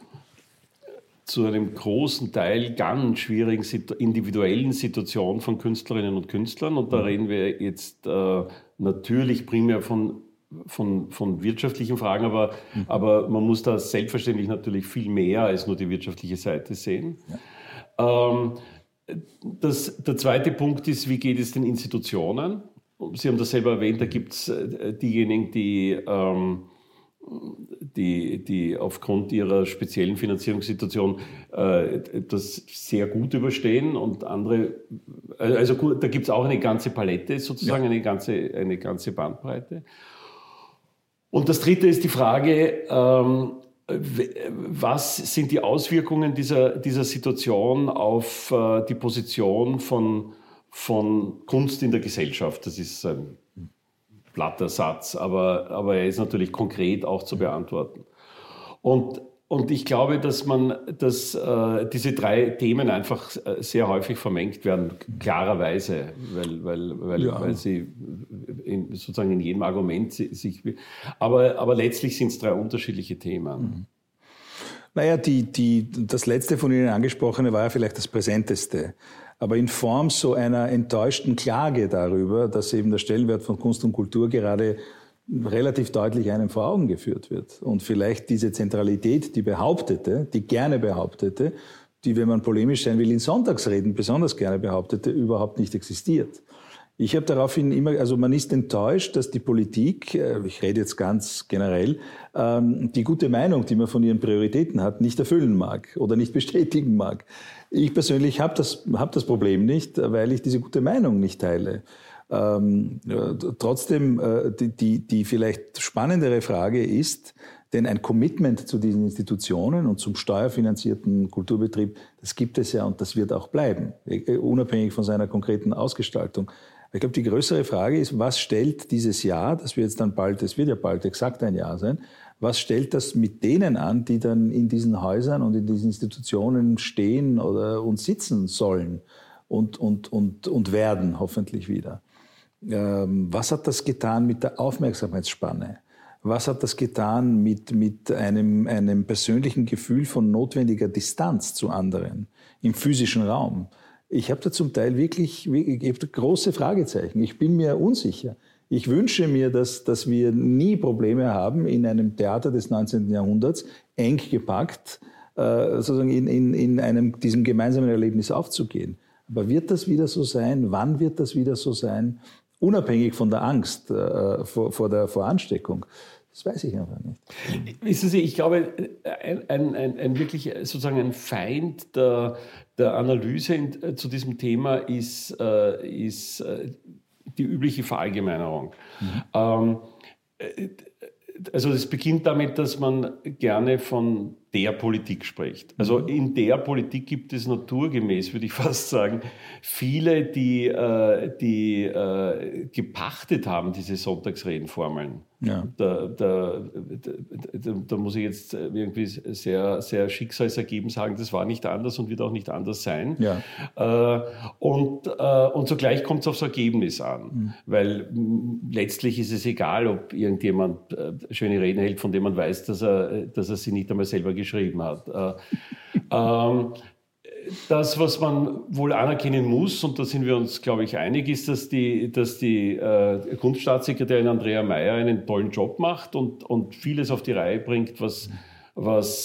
Speaker 5: zu einem großen Teil ganz schwierigen individuellen Situation von Künstlerinnen und Künstlern. Und da reden wir jetzt natürlich primär von wirtschaftlichen Fragen, aber man muss da selbstverständlich natürlich viel mehr als nur die wirtschaftliche Seite sehen. Ja. Der zweite Punkt ist, wie geht es den Institutionen? Sie haben das selber erwähnt, da gibt es diejenigen, die aufgrund ihrer speziellen Finanzierungssituation das sehr gut überstehen und andere, also gut, da gibt es auch eine ganze Palette sozusagen, eine ganze Bandbreite. Und das dritte ist die Frage, was sind die Auswirkungen dieser Situation auf die Position von Kunst in der Gesellschaft? Das ist ein platter Satz, aber er ist natürlich konkret auch zu beantworten. Und ich glaube, dass diese 3 Themen einfach sehr häufig vermengt werden, klarerweise, weil sie sozusagen in jedem Argument sich... Aber letztlich sind es 3 unterschiedliche Themen.
Speaker 6: Naja, das letzte von Ihnen angesprochene war ja vielleicht das präsenteste. Aber in Form so einer enttäuschten Klage darüber, dass eben der Stellenwert von Kunst und Kultur gerade relativ deutlich einem vor Augen geführt wird. Und vielleicht diese Zentralität, die gerne behauptete, die, wenn man polemisch sein will, in Sonntagsreden besonders gerne behauptete, überhaupt nicht existiert. Ich habe daraufhin immer, also man ist enttäuscht, dass die Politik, ich rede jetzt ganz generell, die gute Meinung, die man von ihren Prioritäten hat, nicht erfüllen mag oder nicht bestätigen mag. Ich persönlich habe das Problem nicht, weil ich diese gute Meinung nicht teile. Trotzdem, die vielleicht spannendere Frage ist, denn ein Commitment zu diesen Institutionen und zum steuerfinanzierten Kulturbetrieb, das gibt es ja und das wird auch bleiben, unabhängig von seiner konkreten Ausgestaltung. Ich glaube, die größere Frage ist, was stellt dieses Jahr, das wird jetzt dann bald, es wird ja bald exakt ein Jahr sein, was stellt das mit denen an, die dann in diesen Häusern und in diesen Institutionen stehen oder und sitzen sollen und werden hoffentlich wieder? Was hat das getan mit der Aufmerksamkeitsspanne? Was hat das getan mit einem persönlichen Gefühl von notwendiger Distanz zu anderen im physischen Raum? Ich habe da zum Teil wirklich große Fragezeichen. Ich bin mir unsicher. Ich wünsche mir, dass wir nie Probleme haben, in einem Theater des 19. Jahrhunderts eng gepackt, sozusagen in diesem gemeinsamen Erlebnis aufzugehen. Aber wird das wieder so sein? Wann wird das wieder so sein? Unabhängig von der Angst vor Ansteckung. Das weiß ich einfach nicht.
Speaker 5: Wissen Sie, ich glaube, ein wirklich sozusagen ein Feind der Analyse zu diesem Thema ist die übliche Verallgemeinerung. Also es beginnt damit, dass man gerne von der Politik spricht. Also in der Politik gibt es naturgemäß, würde ich fast sagen, viele, die gepachtet haben, diese Sonntagsredenformeln. Ja. Da muss ich jetzt irgendwie sehr, sehr schicksalsergeben sagen, das war nicht anders und wird auch nicht anders sein. Ja. Und zugleich kommt es aufs Ergebnis an, weil letztlich ist es egal, ob irgendjemand schöne Reden hält, von dem man weiß, dass er sie nicht einmal selber geschrieben hat. Das, was man wohl anerkennen muss, und da sind wir uns, glaube ich, einig, ist, dass die Kunststaatssekretärin Andrea Mayer einen tollen Job macht und vieles auf die Reihe bringt, was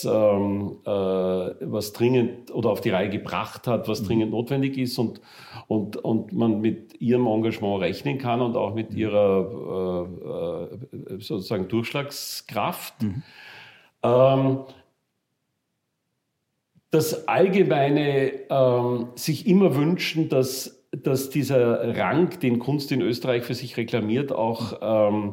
Speaker 5: dringend oder auf die Reihe gebracht hat, was dringend notwendig ist und man mit ihrem Engagement rechnen kann und auch mit ihrer sozusagen Durchschlagskraft. Das Allgemeine sich immer wünschen, dass dieser Rang, den Kunst in Österreich für sich reklamiert, auch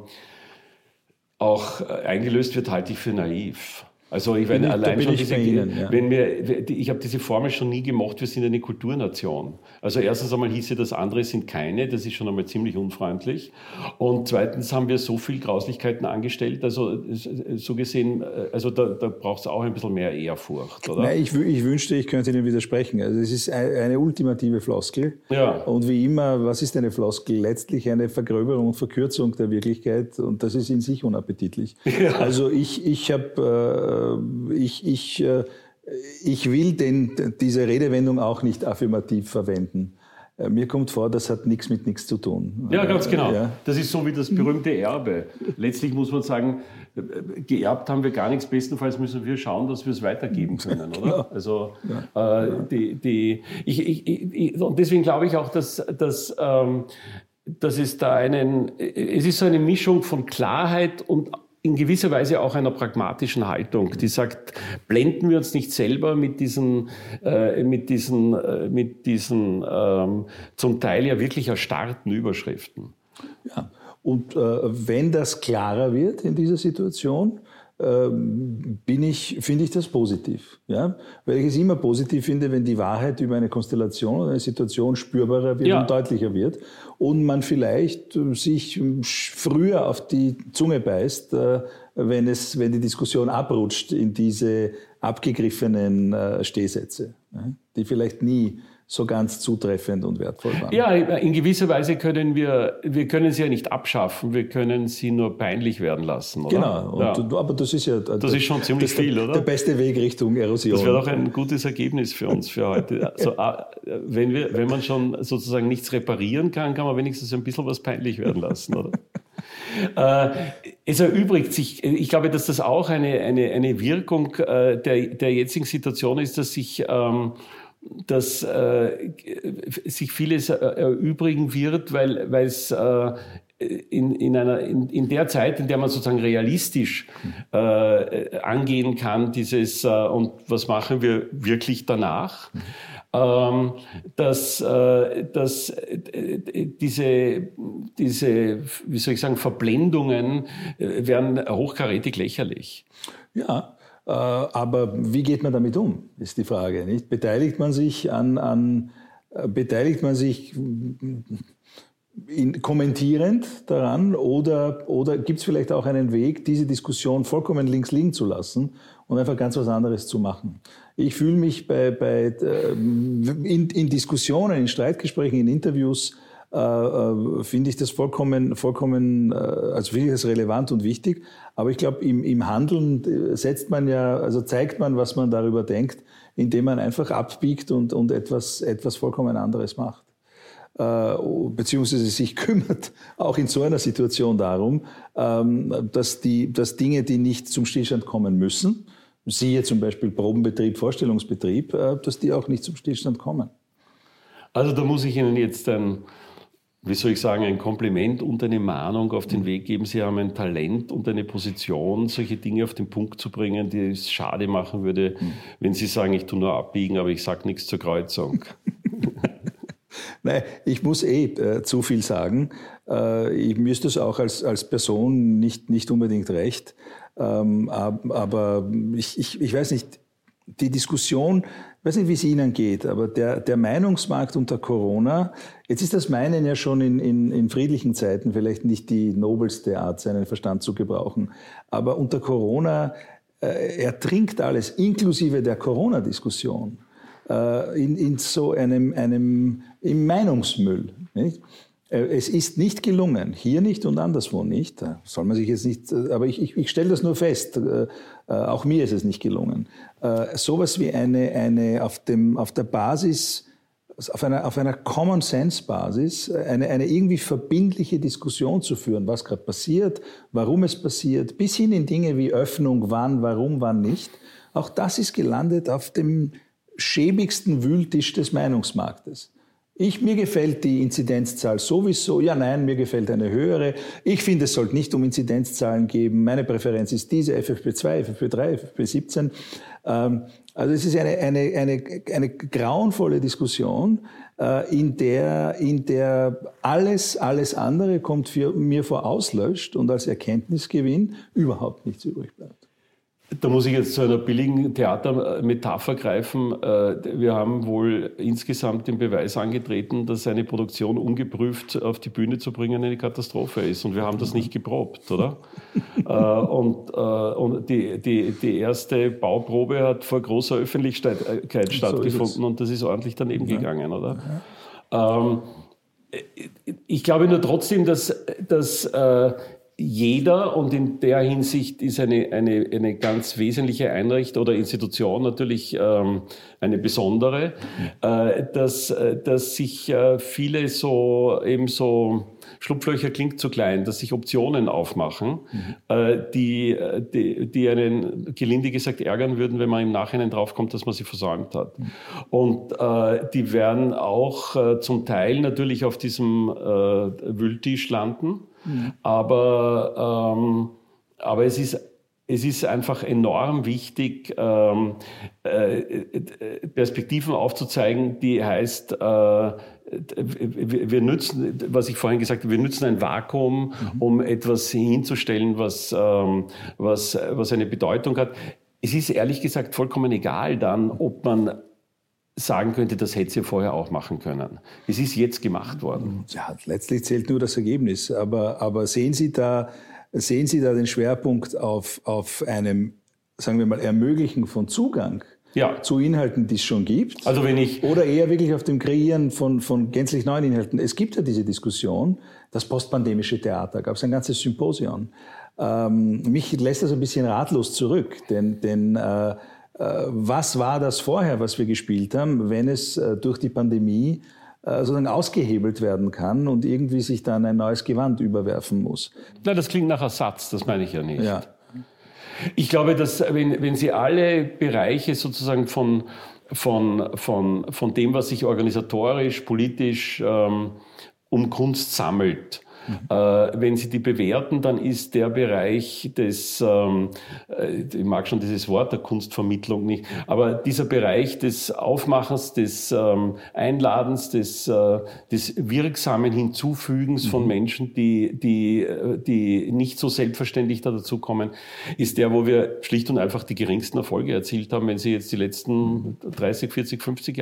Speaker 5: eingelöst wird, halte ich für naiv. Also ich meine, allein schon ich habe diese Formel schon nie gemocht, wir sind eine Kulturnation. Also erstens einmal hieße das, andere sind keine, das ist schon einmal ziemlich unfreundlich. Und zweitens haben wir so viel Grauslichkeiten angestellt, also so gesehen, also da braucht es auch ein bisschen mehr Ehrfurcht, oder?
Speaker 6: Nein, ich wünschte, ich könnte Ihnen widersprechen. Also es ist eine ultimative Floskel. Ja. Und wie immer, was ist eine Floskel? Letztlich eine Vergröberung und Verkürzung der Wirklichkeit und das ist in sich unappetitlich. Ja. Also ich will diese Redewendung auch nicht affirmativ verwenden. Mir kommt vor, das hat nichts mit nichts zu tun.
Speaker 5: Ja, ganz genau. Ja. Das ist so wie das berühmte Erbe. Letztlich muss man sagen, geerbt haben wir gar nichts. Bestenfalls müssen wir schauen, dass wir es weitergeben können, oder? Genau. Also und deswegen glaube ich auch, dass es da es ist so eine Mischung von Klarheit und in gewisser Weise auch einer pragmatischen Haltung, die sagt, blenden wir uns nicht selber mit diesen zum Teil ja wirklich erstarrten Überschriften.
Speaker 6: Ja. Und wenn das klarer wird in dieser Situation, finde ich das positiv. Ja? Weil ich es immer positiv finde, wenn die Wahrheit über eine Konstellation oder eine Situation spürbarer wird und deutlicher wird und man vielleicht sich früher auf die Zunge beißt, wenn die Diskussion abrutscht in diese abgegriffenen Stehsätze, die vielleicht nie so ganz zutreffend und wertvoll waren.
Speaker 5: Ja, in gewisser Weise können wir können sie ja nicht abschaffen, wir können sie nur peinlich werden lassen, oder?
Speaker 6: Genau, aber das ist ja...
Speaker 5: Das ist schon ziemlich viel, oder?
Speaker 6: Der beste Weg Richtung Erosion.
Speaker 5: Das wäre doch ein gutes Ergebnis für uns für heute. Also, wenn man schon sozusagen nichts reparieren kann, kann man wenigstens ein bisschen was peinlich werden lassen, oder? Es erübrigt sich, ich glaube, dass das auch eine Wirkung der jetzigen Situation ist, dass sich dass sich vieles erübrigen wird, weil es in der Zeit, in der man sozusagen realistisch angehen kann, dieses und was machen wir wirklich danach, dass diese, wie soll ich sagen, Verblendungen werden hochkarätig lächerlich.
Speaker 6: Ja, aber wie geht man damit um, ist die Frage, nicht? Beteiligt man sich kommentierend daran oder gibt es vielleicht auch einen Weg, diese Diskussion vollkommen links liegen zu lassen und einfach ganz was anderes zu machen? Ich fühle mich in Diskussionen, in Streitgesprächen, in Interviews, finde ich das vollkommen, also finde ich das relevant und wichtig. Aber ich glaube, im Handeln zeigt man, was man darüber denkt, indem man einfach abbiegt und etwas vollkommen anderes macht. Beziehungsweise sich kümmert, auch in so einer Situation darum, dass Dinge, die nicht zum Stillstand kommen müssen, siehe zum Beispiel Probenbetrieb, Vorstellungsbetrieb, dass die auch nicht zum Stillstand kommen.
Speaker 5: Also da muss ich Ihnen jetzt ein Kompliment und eine Mahnung auf den Weg geben. Sie haben ein Talent und eine Position, solche Dinge auf den Punkt zu bringen, die es schade machen würde, wenn Sie sagen, ich tue nur abbiegen, aber ich sage nichts zur Kreuzung.
Speaker 6: Nein, ich muss zu viel sagen. Mir ist das auch als Person nicht unbedingt recht. Aber ich weiß nicht, die Diskussion, ich weiß nicht, wie es Ihnen geht, aber der Meinungsmarkt unter Corona, jetzt ist das Meinen ja schon in friedlichen Zeiten vielleicht nicht die nobelste Art, seinen Verstand zu gebrauchen. Aber unter Corona ertrinkt alles, inklusive der Corona-Diskussion. In so einem im Meinungsmüll. Nicht? Es ist nicht gelungen, hier nicht und anderswo nicht. Da soll man sich jetzt nicht, aber ich stelle das nur fest. Auch mir ist es nicht gelungen. Sowas wie auf der Basis, auf einer Common Sense Basis, eine irgendwie verbindliche Diskussion zu führen, was gerade passiert, warum es passiert, bis hin in Dinge wie Öffnung, wann, warum, wann nicht. Auch das ist gelandet auf dem schäbigsten Wühltisch des Meinungsmarktes. Mir gefällt die Inzidenzzahl sowieso. Ja, nein, mir gefällt eine höhere. Ich finde, es sollte nicht um Inzidenzzahlen geben. Meine Präferenz ist diese, FFP2, FFP3, FFP17. Also es ist eine grauenvolle Diskussion, in der alles andere kommt für mir vor auslöscht und als Erkenntnisgewinn überhaupt nichts übrig bleibt.
Speaker 5: Da muss ich jetzt zu einer billigen Theatermetapher greifen. Wir haben wohl insgesamt den Beweis angetreten, dass eine Produktion ungeprüft auf die Bühne zu bringen eine Katastrophe ist. Und wir haben das nicht geprobt, oder? Und die erste Bauprobe hat vor großer Öffentlichkeit stattgefunden und das ist ordentlich daneben gegangen, oder? Ja. Ich glaube nur trotzdem, dass jeder, und in der Hinsicht ist eine ganz wesentliche Einrichtung oder Institution natürlich eine besondere, dass sich viele so Schlupflöcher klingt zu klein, dass sich Optionen aufmachen, die einen gelinde gesagt ärgern würden, wenn man im Nachhinein draufkommt, dass man sie versäumt hat. Und die werden auch zum Teil natürlich auf diesem Wühltisch landen. Aber es ist einfach enorm wichtig, Perspektiven aufzuzeigen, die heißt, wir nützen, was ich vorhin gesagt habe, wir nützen ein Vakuum, um etwas hinzustellen, was eine Bedeutung hat. Es ist ehrlich gesagt vollkommen egal dann, ob man sagen könnte, das hätte sie vorher auch machen können. Es ist jetzt gemacht worden.
Speaker 6: Ja, letztlich zählt nur das Ergebnis. Aber sehen Sie da den Schwerpunkt auf einem, sagen wir mal, Ermöglichen von Zugang zu Inhalten, die es schon gibt?
Speaker 5: Also
Speaker 6: oder eher wirklich auf dem Kreieren von gänzlich neuen Inhalten? Es gibt ja diese Diskussion, das postpandemische Theater, gab es ein ganzes Symposion. Mich lässt das ein bisschen ratlos zurück, denn was war das vorher, was wir gespielt haben, wenn es durch die Pandemie sozusagen ausgehebelt werden kann und irgendwie sich dann ein neues Gewand überwerfen muss?
Speaker 5: Na, das klingt nach Ersatz, das meine ich ja nicht.
Speaker 6: Ja.
Speaker 5: Ich glaube, dass wenn Sie alle Bereiche sozusagen von von dem, was sich organisatorisch, politisch um Kunst sammelt. Wenn Sie die bewerten, dann ist der Bereich des, ich mag schon dieses Wort der Kunstvermittlung nicht, aber dieser Bereich des Aufmachens, des Einladens, des wirksamen Hinzufügens von Menschen, die nicht so selbstverständlich da dazukommen, ist der, wo wir schlicht und einfach die geringsten Erfolge erzielt haben, wenn Sie jetzt die letzten 30, 40, 50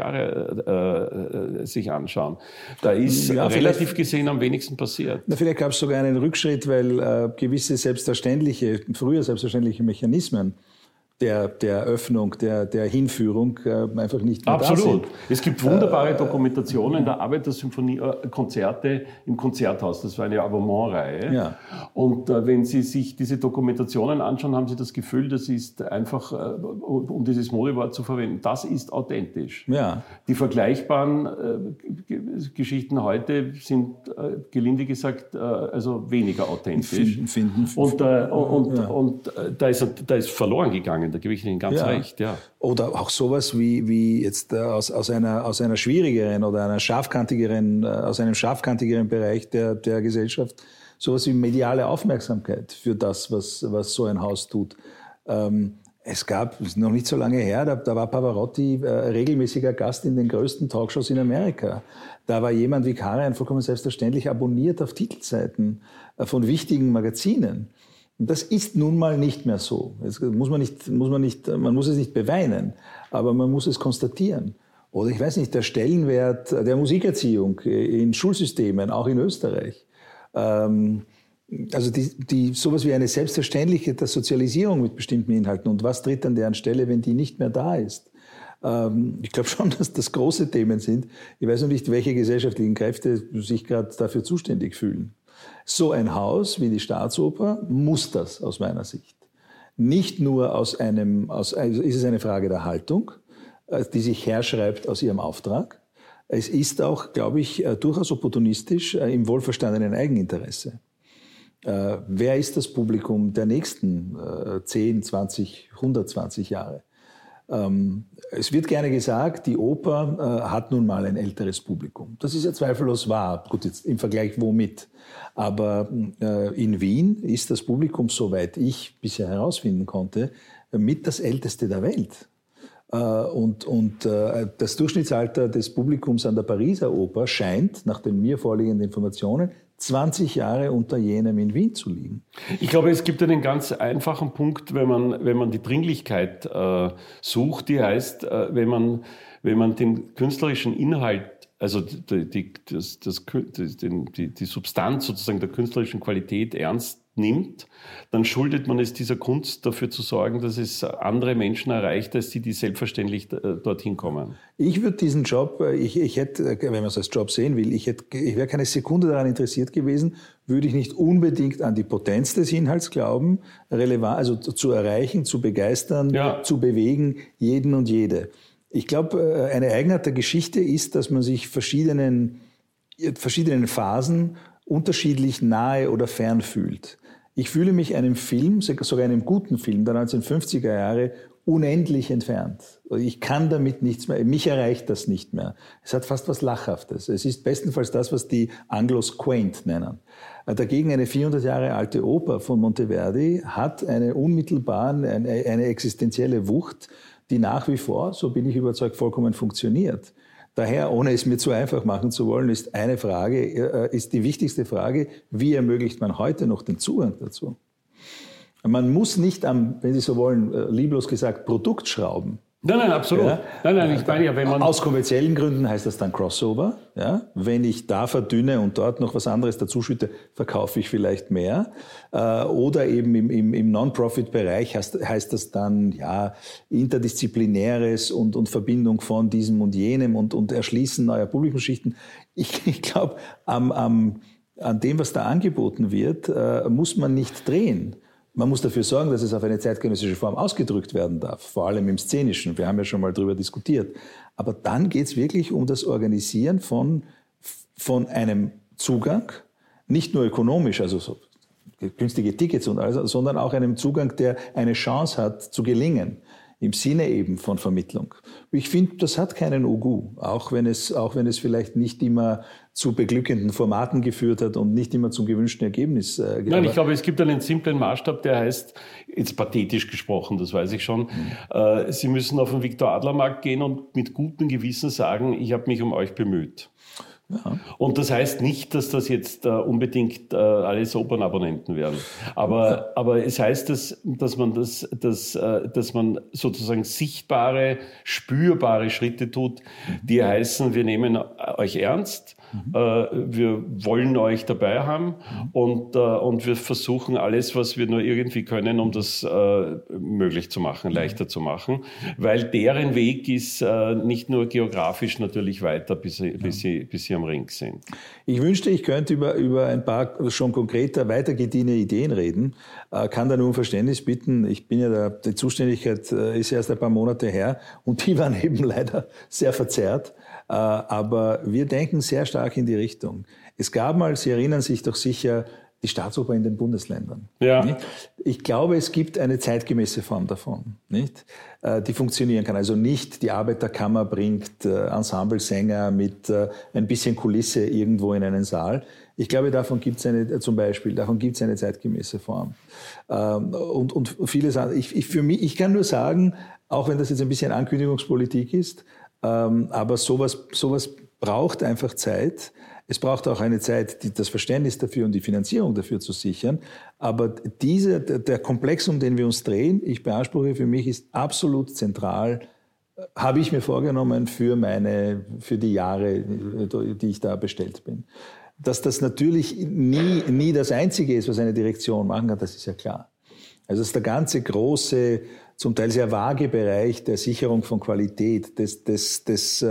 Speaker 5: Jahre sich anschauen. Da ist relativ gesehen am wenigsten passiert.
Speaker 6: Vielleicht gab es sogar einen Rückschritt, weil gewisse früher selbstverständliche Mechanismen der Öffnung, der Hinführung einfach nicht mehr da sind.
Speaker 5: Es gibt wunderbare Dokumentationen der Arbeitersymphonie-Konzerte im Konzerthaus. Das war eine Abonnement-Reihe. Ja. Und wenn Sie sich diese Dokumentationen anschauen, haben Sie das Gefühl, das ist einfach, um dieses Modewort zu verwenden, das ist authentisch. Ja. Die vergleichbaren Geschichten heute sind, gelinde gesagt, also weniger authentisch. Und da ist verloren gegangen. Da gebe ich Ihnen ganz recht, ja.
Speaker 6: Oder auch sowas wie jetzt aus einer schwierigeren oder aus einem scharfkantigeren Bereich der Gesellschaft, sowas wie mediale Aufmerksamkeit für das, was so ein Haus tut. Es gab, noch nicht so lange her, da war Pavarotti regelmäßiger Gast in den größten Talkshows in Amerika. Da war jemand wie Karajan vollkommen selbstverständlich abonniert auf Titelseiten von wichtigen Magazinen. Das ist nun mal nicht mehr so. Man muss es nicht beweinen, aber man muss es konstatieren. Oder ich weiß nicht, der Stellenwert der Musikerziehung in Schulsystemen, auch in Österreich. Also sowas wie eine selbstverständliche Sozialisierung mit bestimmten Inhalten. Und was tritt an deren Stelle, wenn die nicht mehr da ist? Ich glaube schon, dass das große Themen sind. Ich weiß noch nicht, welche gesellschaftlichen Kräfte sich gerade dafür zuständig fühlen. So ein Haus wie die Staatsoper muss das aus meiner Sicht. Nicht nur ist es eine Frage der Haltung, die sich herschreibt aus ihrem Auftrag. Es ist auch, glaube ich, durchaus opportunistisch im wohlverstandenen Eigeninteresse. Wer ist das Publikum der nächsten 10, 20, 120 Jahre? Es wird gerne gesagt, die Oper hat nun mal ein älteres Publikum. Das ist ja zweifellos wahr. Gut, jetzt im Vergleich womit? Aber in Wien ist das Publikum, soweit ich bisher herausfinden konnte, mit das älteste der Welt. Und das Durchschnittsalter des Publikums an der Pariser Oper scheint, nach den mir vorliegenden Informationen, 20 Jahre unter jenem in Wien zu liegen.
Speaker 5: Ich glaube, es gibt einen ganz einfachen Punkt, wenn man die Dringlichkeit sucht, die heißt, wenn man den künstlerischen Inhalt, also die Substanz sozusagen der künstlerischen Qualität ernst nimmt, dann schuldet man es dieser Kunst, dafür zu sorgen, dass es andere Menschen erreicht, als die selbstverständlich dorthin kommen.
Speaker 6: Ich würde diesen Job, ich hätte, wenn man es als Job sehen will, ich wäre keine Sekunde daran interessiert gewesen, würde ich nicht unbedingt an die Potenz des Inhalts glauben, relevant, also zu erreichen, zu begeistern, zu bewegen, jeden und jede. Ich glaube, eine Eigenart der Geschichte ist, dass man sich verschiedenen Phasen unterschiedlich nahe oder fern fühlt. Ich fühle mich einem Film, sogar einem guten Film der 1950er Jahre, unendlich entfernt. Ich kann damit nichts mehr, mich erreicht das nicht mehr. Es hat fast was Lachhaftes. Es ist bestenfalls das, was die Anglos quaint nennen. Dagegen eine 400 Jahre alte Oper von Monteverdi hat eine eine existenzielle Wucht, die nach wie vor, so bin ich überzeugt, vollkommen funktioniert. Daher, ohne es mir zu einfach machen zu wollen, ist die wichtigste Frage, wie ermöglicht man heute noch den Zugang dazu? Man muss nicht wenn Sie so wollen, lieblos gesagt, Produkt schrauben.
Speaker 5: Nein, absolut. Ja? Nein, ich meine ja, wenn man...
Speaker 6: Aus kommerziellen Gründen heißt das dann Crossover. Ja? Wenn ich da verdünne und dort noch was anderes dazuschütte, verkaufe ich vielleicht mehr. Oder eben im Non-Profit-Bereich heißt das dann Interdisziplinäres und Verbindung von diesem und jenem und Erschließen neuer Publikumsschichten. Ich glaube, an dem, was da angeboten wird, muss man nicht drehen. Man muss dafür sorgen, dass es auf eine zeitgenössische Form ausgedrückt werden darf, vor allem im Szenischen. Wir haben ja schon mal darüber diskutiert. Aber dann geht es wirklich um das Organisieren von einem Zugang, nicht nur ökonomisch, also so günstige Tickets und alles, sondern auch einem Zugang, der eine Chance hat zu gelingen. im Sinne eben von Vermittlung. Ich finde, das hat keinen Ugu, auch wenn es vielleicht nicht immer zu beglückenden Formaten geführt hat und nicht immer zum gewünschten Ergebnis.
Speaker 5: Nein, ich glaube, es gibt einen simplen Maßstab, der heißt, jetzt pathetisch gesprochen, das weiß ich schon, Sie müssen auf den Viktor-Adler-Markt gehen und mit gutem Gewissen sagen, ich habe mich um euch bemüht. Ja. Und das heißt nicht, dass das jetzt unbedingt alles Opernabonnenten werden. Aber es heißt, dass man sozusagen sichtbare, spürbare Schritte tut, die heißen, wir nehmen euch ernst, wir wollen euch dabei haben und wir versuchen alles, was wir nur irgendwie können, um das möglich zu machen, leichter zu machen, weil deren Weg ist nicht nur geografisch natürlich weiter, bis sie am Ring sind.
Speaker 6: Ich wünschte, ich könnte über ein paar schon konkreter weitergediehene Ideen reden, kann da nur um Verständnis bitten. Ich bin ja die Zuständigkeit ist erst ein paar Monate her und die waren eben leider sehr verzerrt. Aber wir denken sehr stark in die Richtung. Es gab mal, Sie erinnern sich doch sicher, die Staatsoper in den Bundesländern. Ja. Nicht? Ich glaube, es gibt eine zeitgemäße Form davon, nicht? Die funktionieren kann. Also nicht die Arbeiterkammer bringt Ensemblesänger mit ein bisschen Kulisse irgendwo in einen Saal. Ich glaube, davon gibt es eine zeitgemäße Form. Und vieles andere. Ich kann nur sagen, auch wenn das jetzt ein bisschen Ankündigungspolitik ist, aber sowas braucht einfach Zeit. Es braucht auch eine Zeit, das Verständnis dafür und die Finanzierung dafür zu sichern. Aber der Komplex, um den wir uns drehen, ich beanspruche, für mich ist absolut zentral, habe ich mir vorgenommen für die Jahre, die ich da bestellt bin. Dass das natürlich nie das Einzige ist, was eine Direktion machen kann, das ist ja klar. Also es ist der ganze große, zum Teil sehr vage Bereich der Sicherung von Qualität, des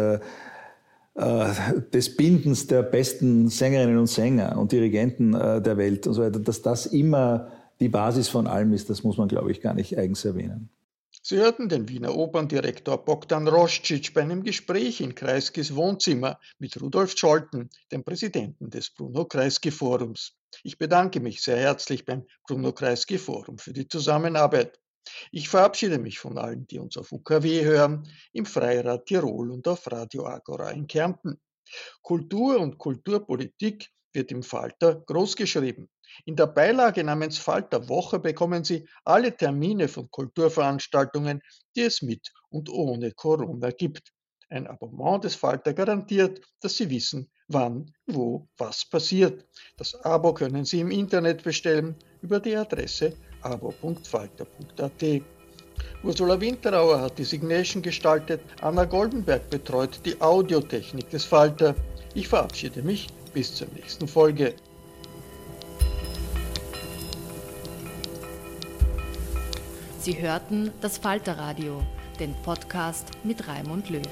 Speaker 6: Bindens der besten Sängerinnen und Sänger und Dirigenten der Welt und so weiter, dass das immer die Basis von allem ist, das muss man, glaube ich, gar nicht eigens erwähnen.
Speaker 4: Sie hörten den Wiener Operndirektor Bogdan Roscic bei einem Gespräch in Kreiskys Wohnzimmer mit Rudolf Scholten, dem Präsidenten des Bruno Kreisky Forums. Ich bedanke mich sehr herzlich beim Bruno Kreisky Forum für die Zusammenarbeit. Ich verabschiede mich von allen, die uns auf UKW hören, im Freirad Tirol und auf Radio Agora in Kärnten. Kultur und Kulturpolitik wird im Falter großgeschrieben. In der Beilage namens Falter Woche bekommen Sie alle Termine von Kulturveranstaltungen, die es mit und ohne Corona gibt. Ein Abonnement des Falter garantiert, dass Sie wissen, wann, wo, was passiert. Das Abo können Sie im Internet bestellen über die Adresse abo.falter.at. Ursula Winterauer hat die Signation gestaltet, Anna Goldenberg betreut die Audiotechnik des Falter. Ich verabschiede mich bis zur nächsten Folge.
Speaker 2: Sie hörten das Falterradio, den Podcast mit Raimund Löw.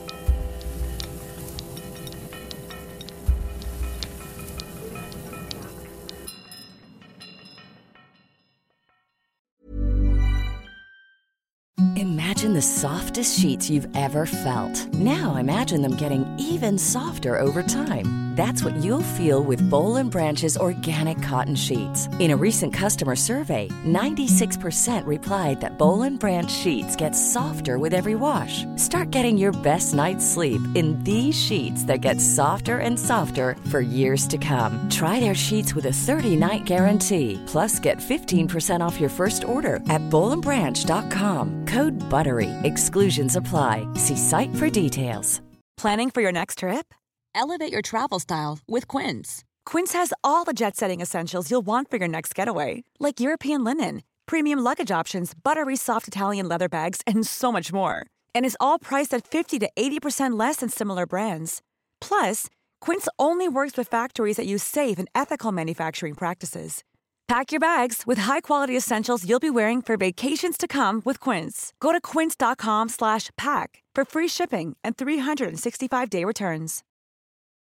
Speaker 8: Imagine the softest sheets you've ever felt. Now imagine them getting even softer over time. That's what you'll feel with Boll & Branch's organic cotton sheets. In a recent customer survey, 96% replied that Boll & Branch sheets get softer with every wash. Start getting your best night's sleep in these sheets that get softer and softer for years to come. Try their sheets with a 30-night guarantee. Plus, get 15% off your first order at bollandbranch.com. Code BUTTERY. Exclusions apply. See site for details.
Speaker 9: Planning for your next trip?
Speaker 10: Elevate your travel style with Quince.
Speaker 9: Quince has all the jet-setting essentials you'll want for your next getaway, like European linen, premium luggage options, buttery soft Italian leather bags, and so much more. And is all priced at 50 to 80% less than similar brands. Plus, Quince only works with factories that use safe and ethical manufacturing practices. Pack your bags with high-quality essentials you'll be wearing for vacations to come with Quince. Go to quince.com/pack for free shipping and 365-day returns.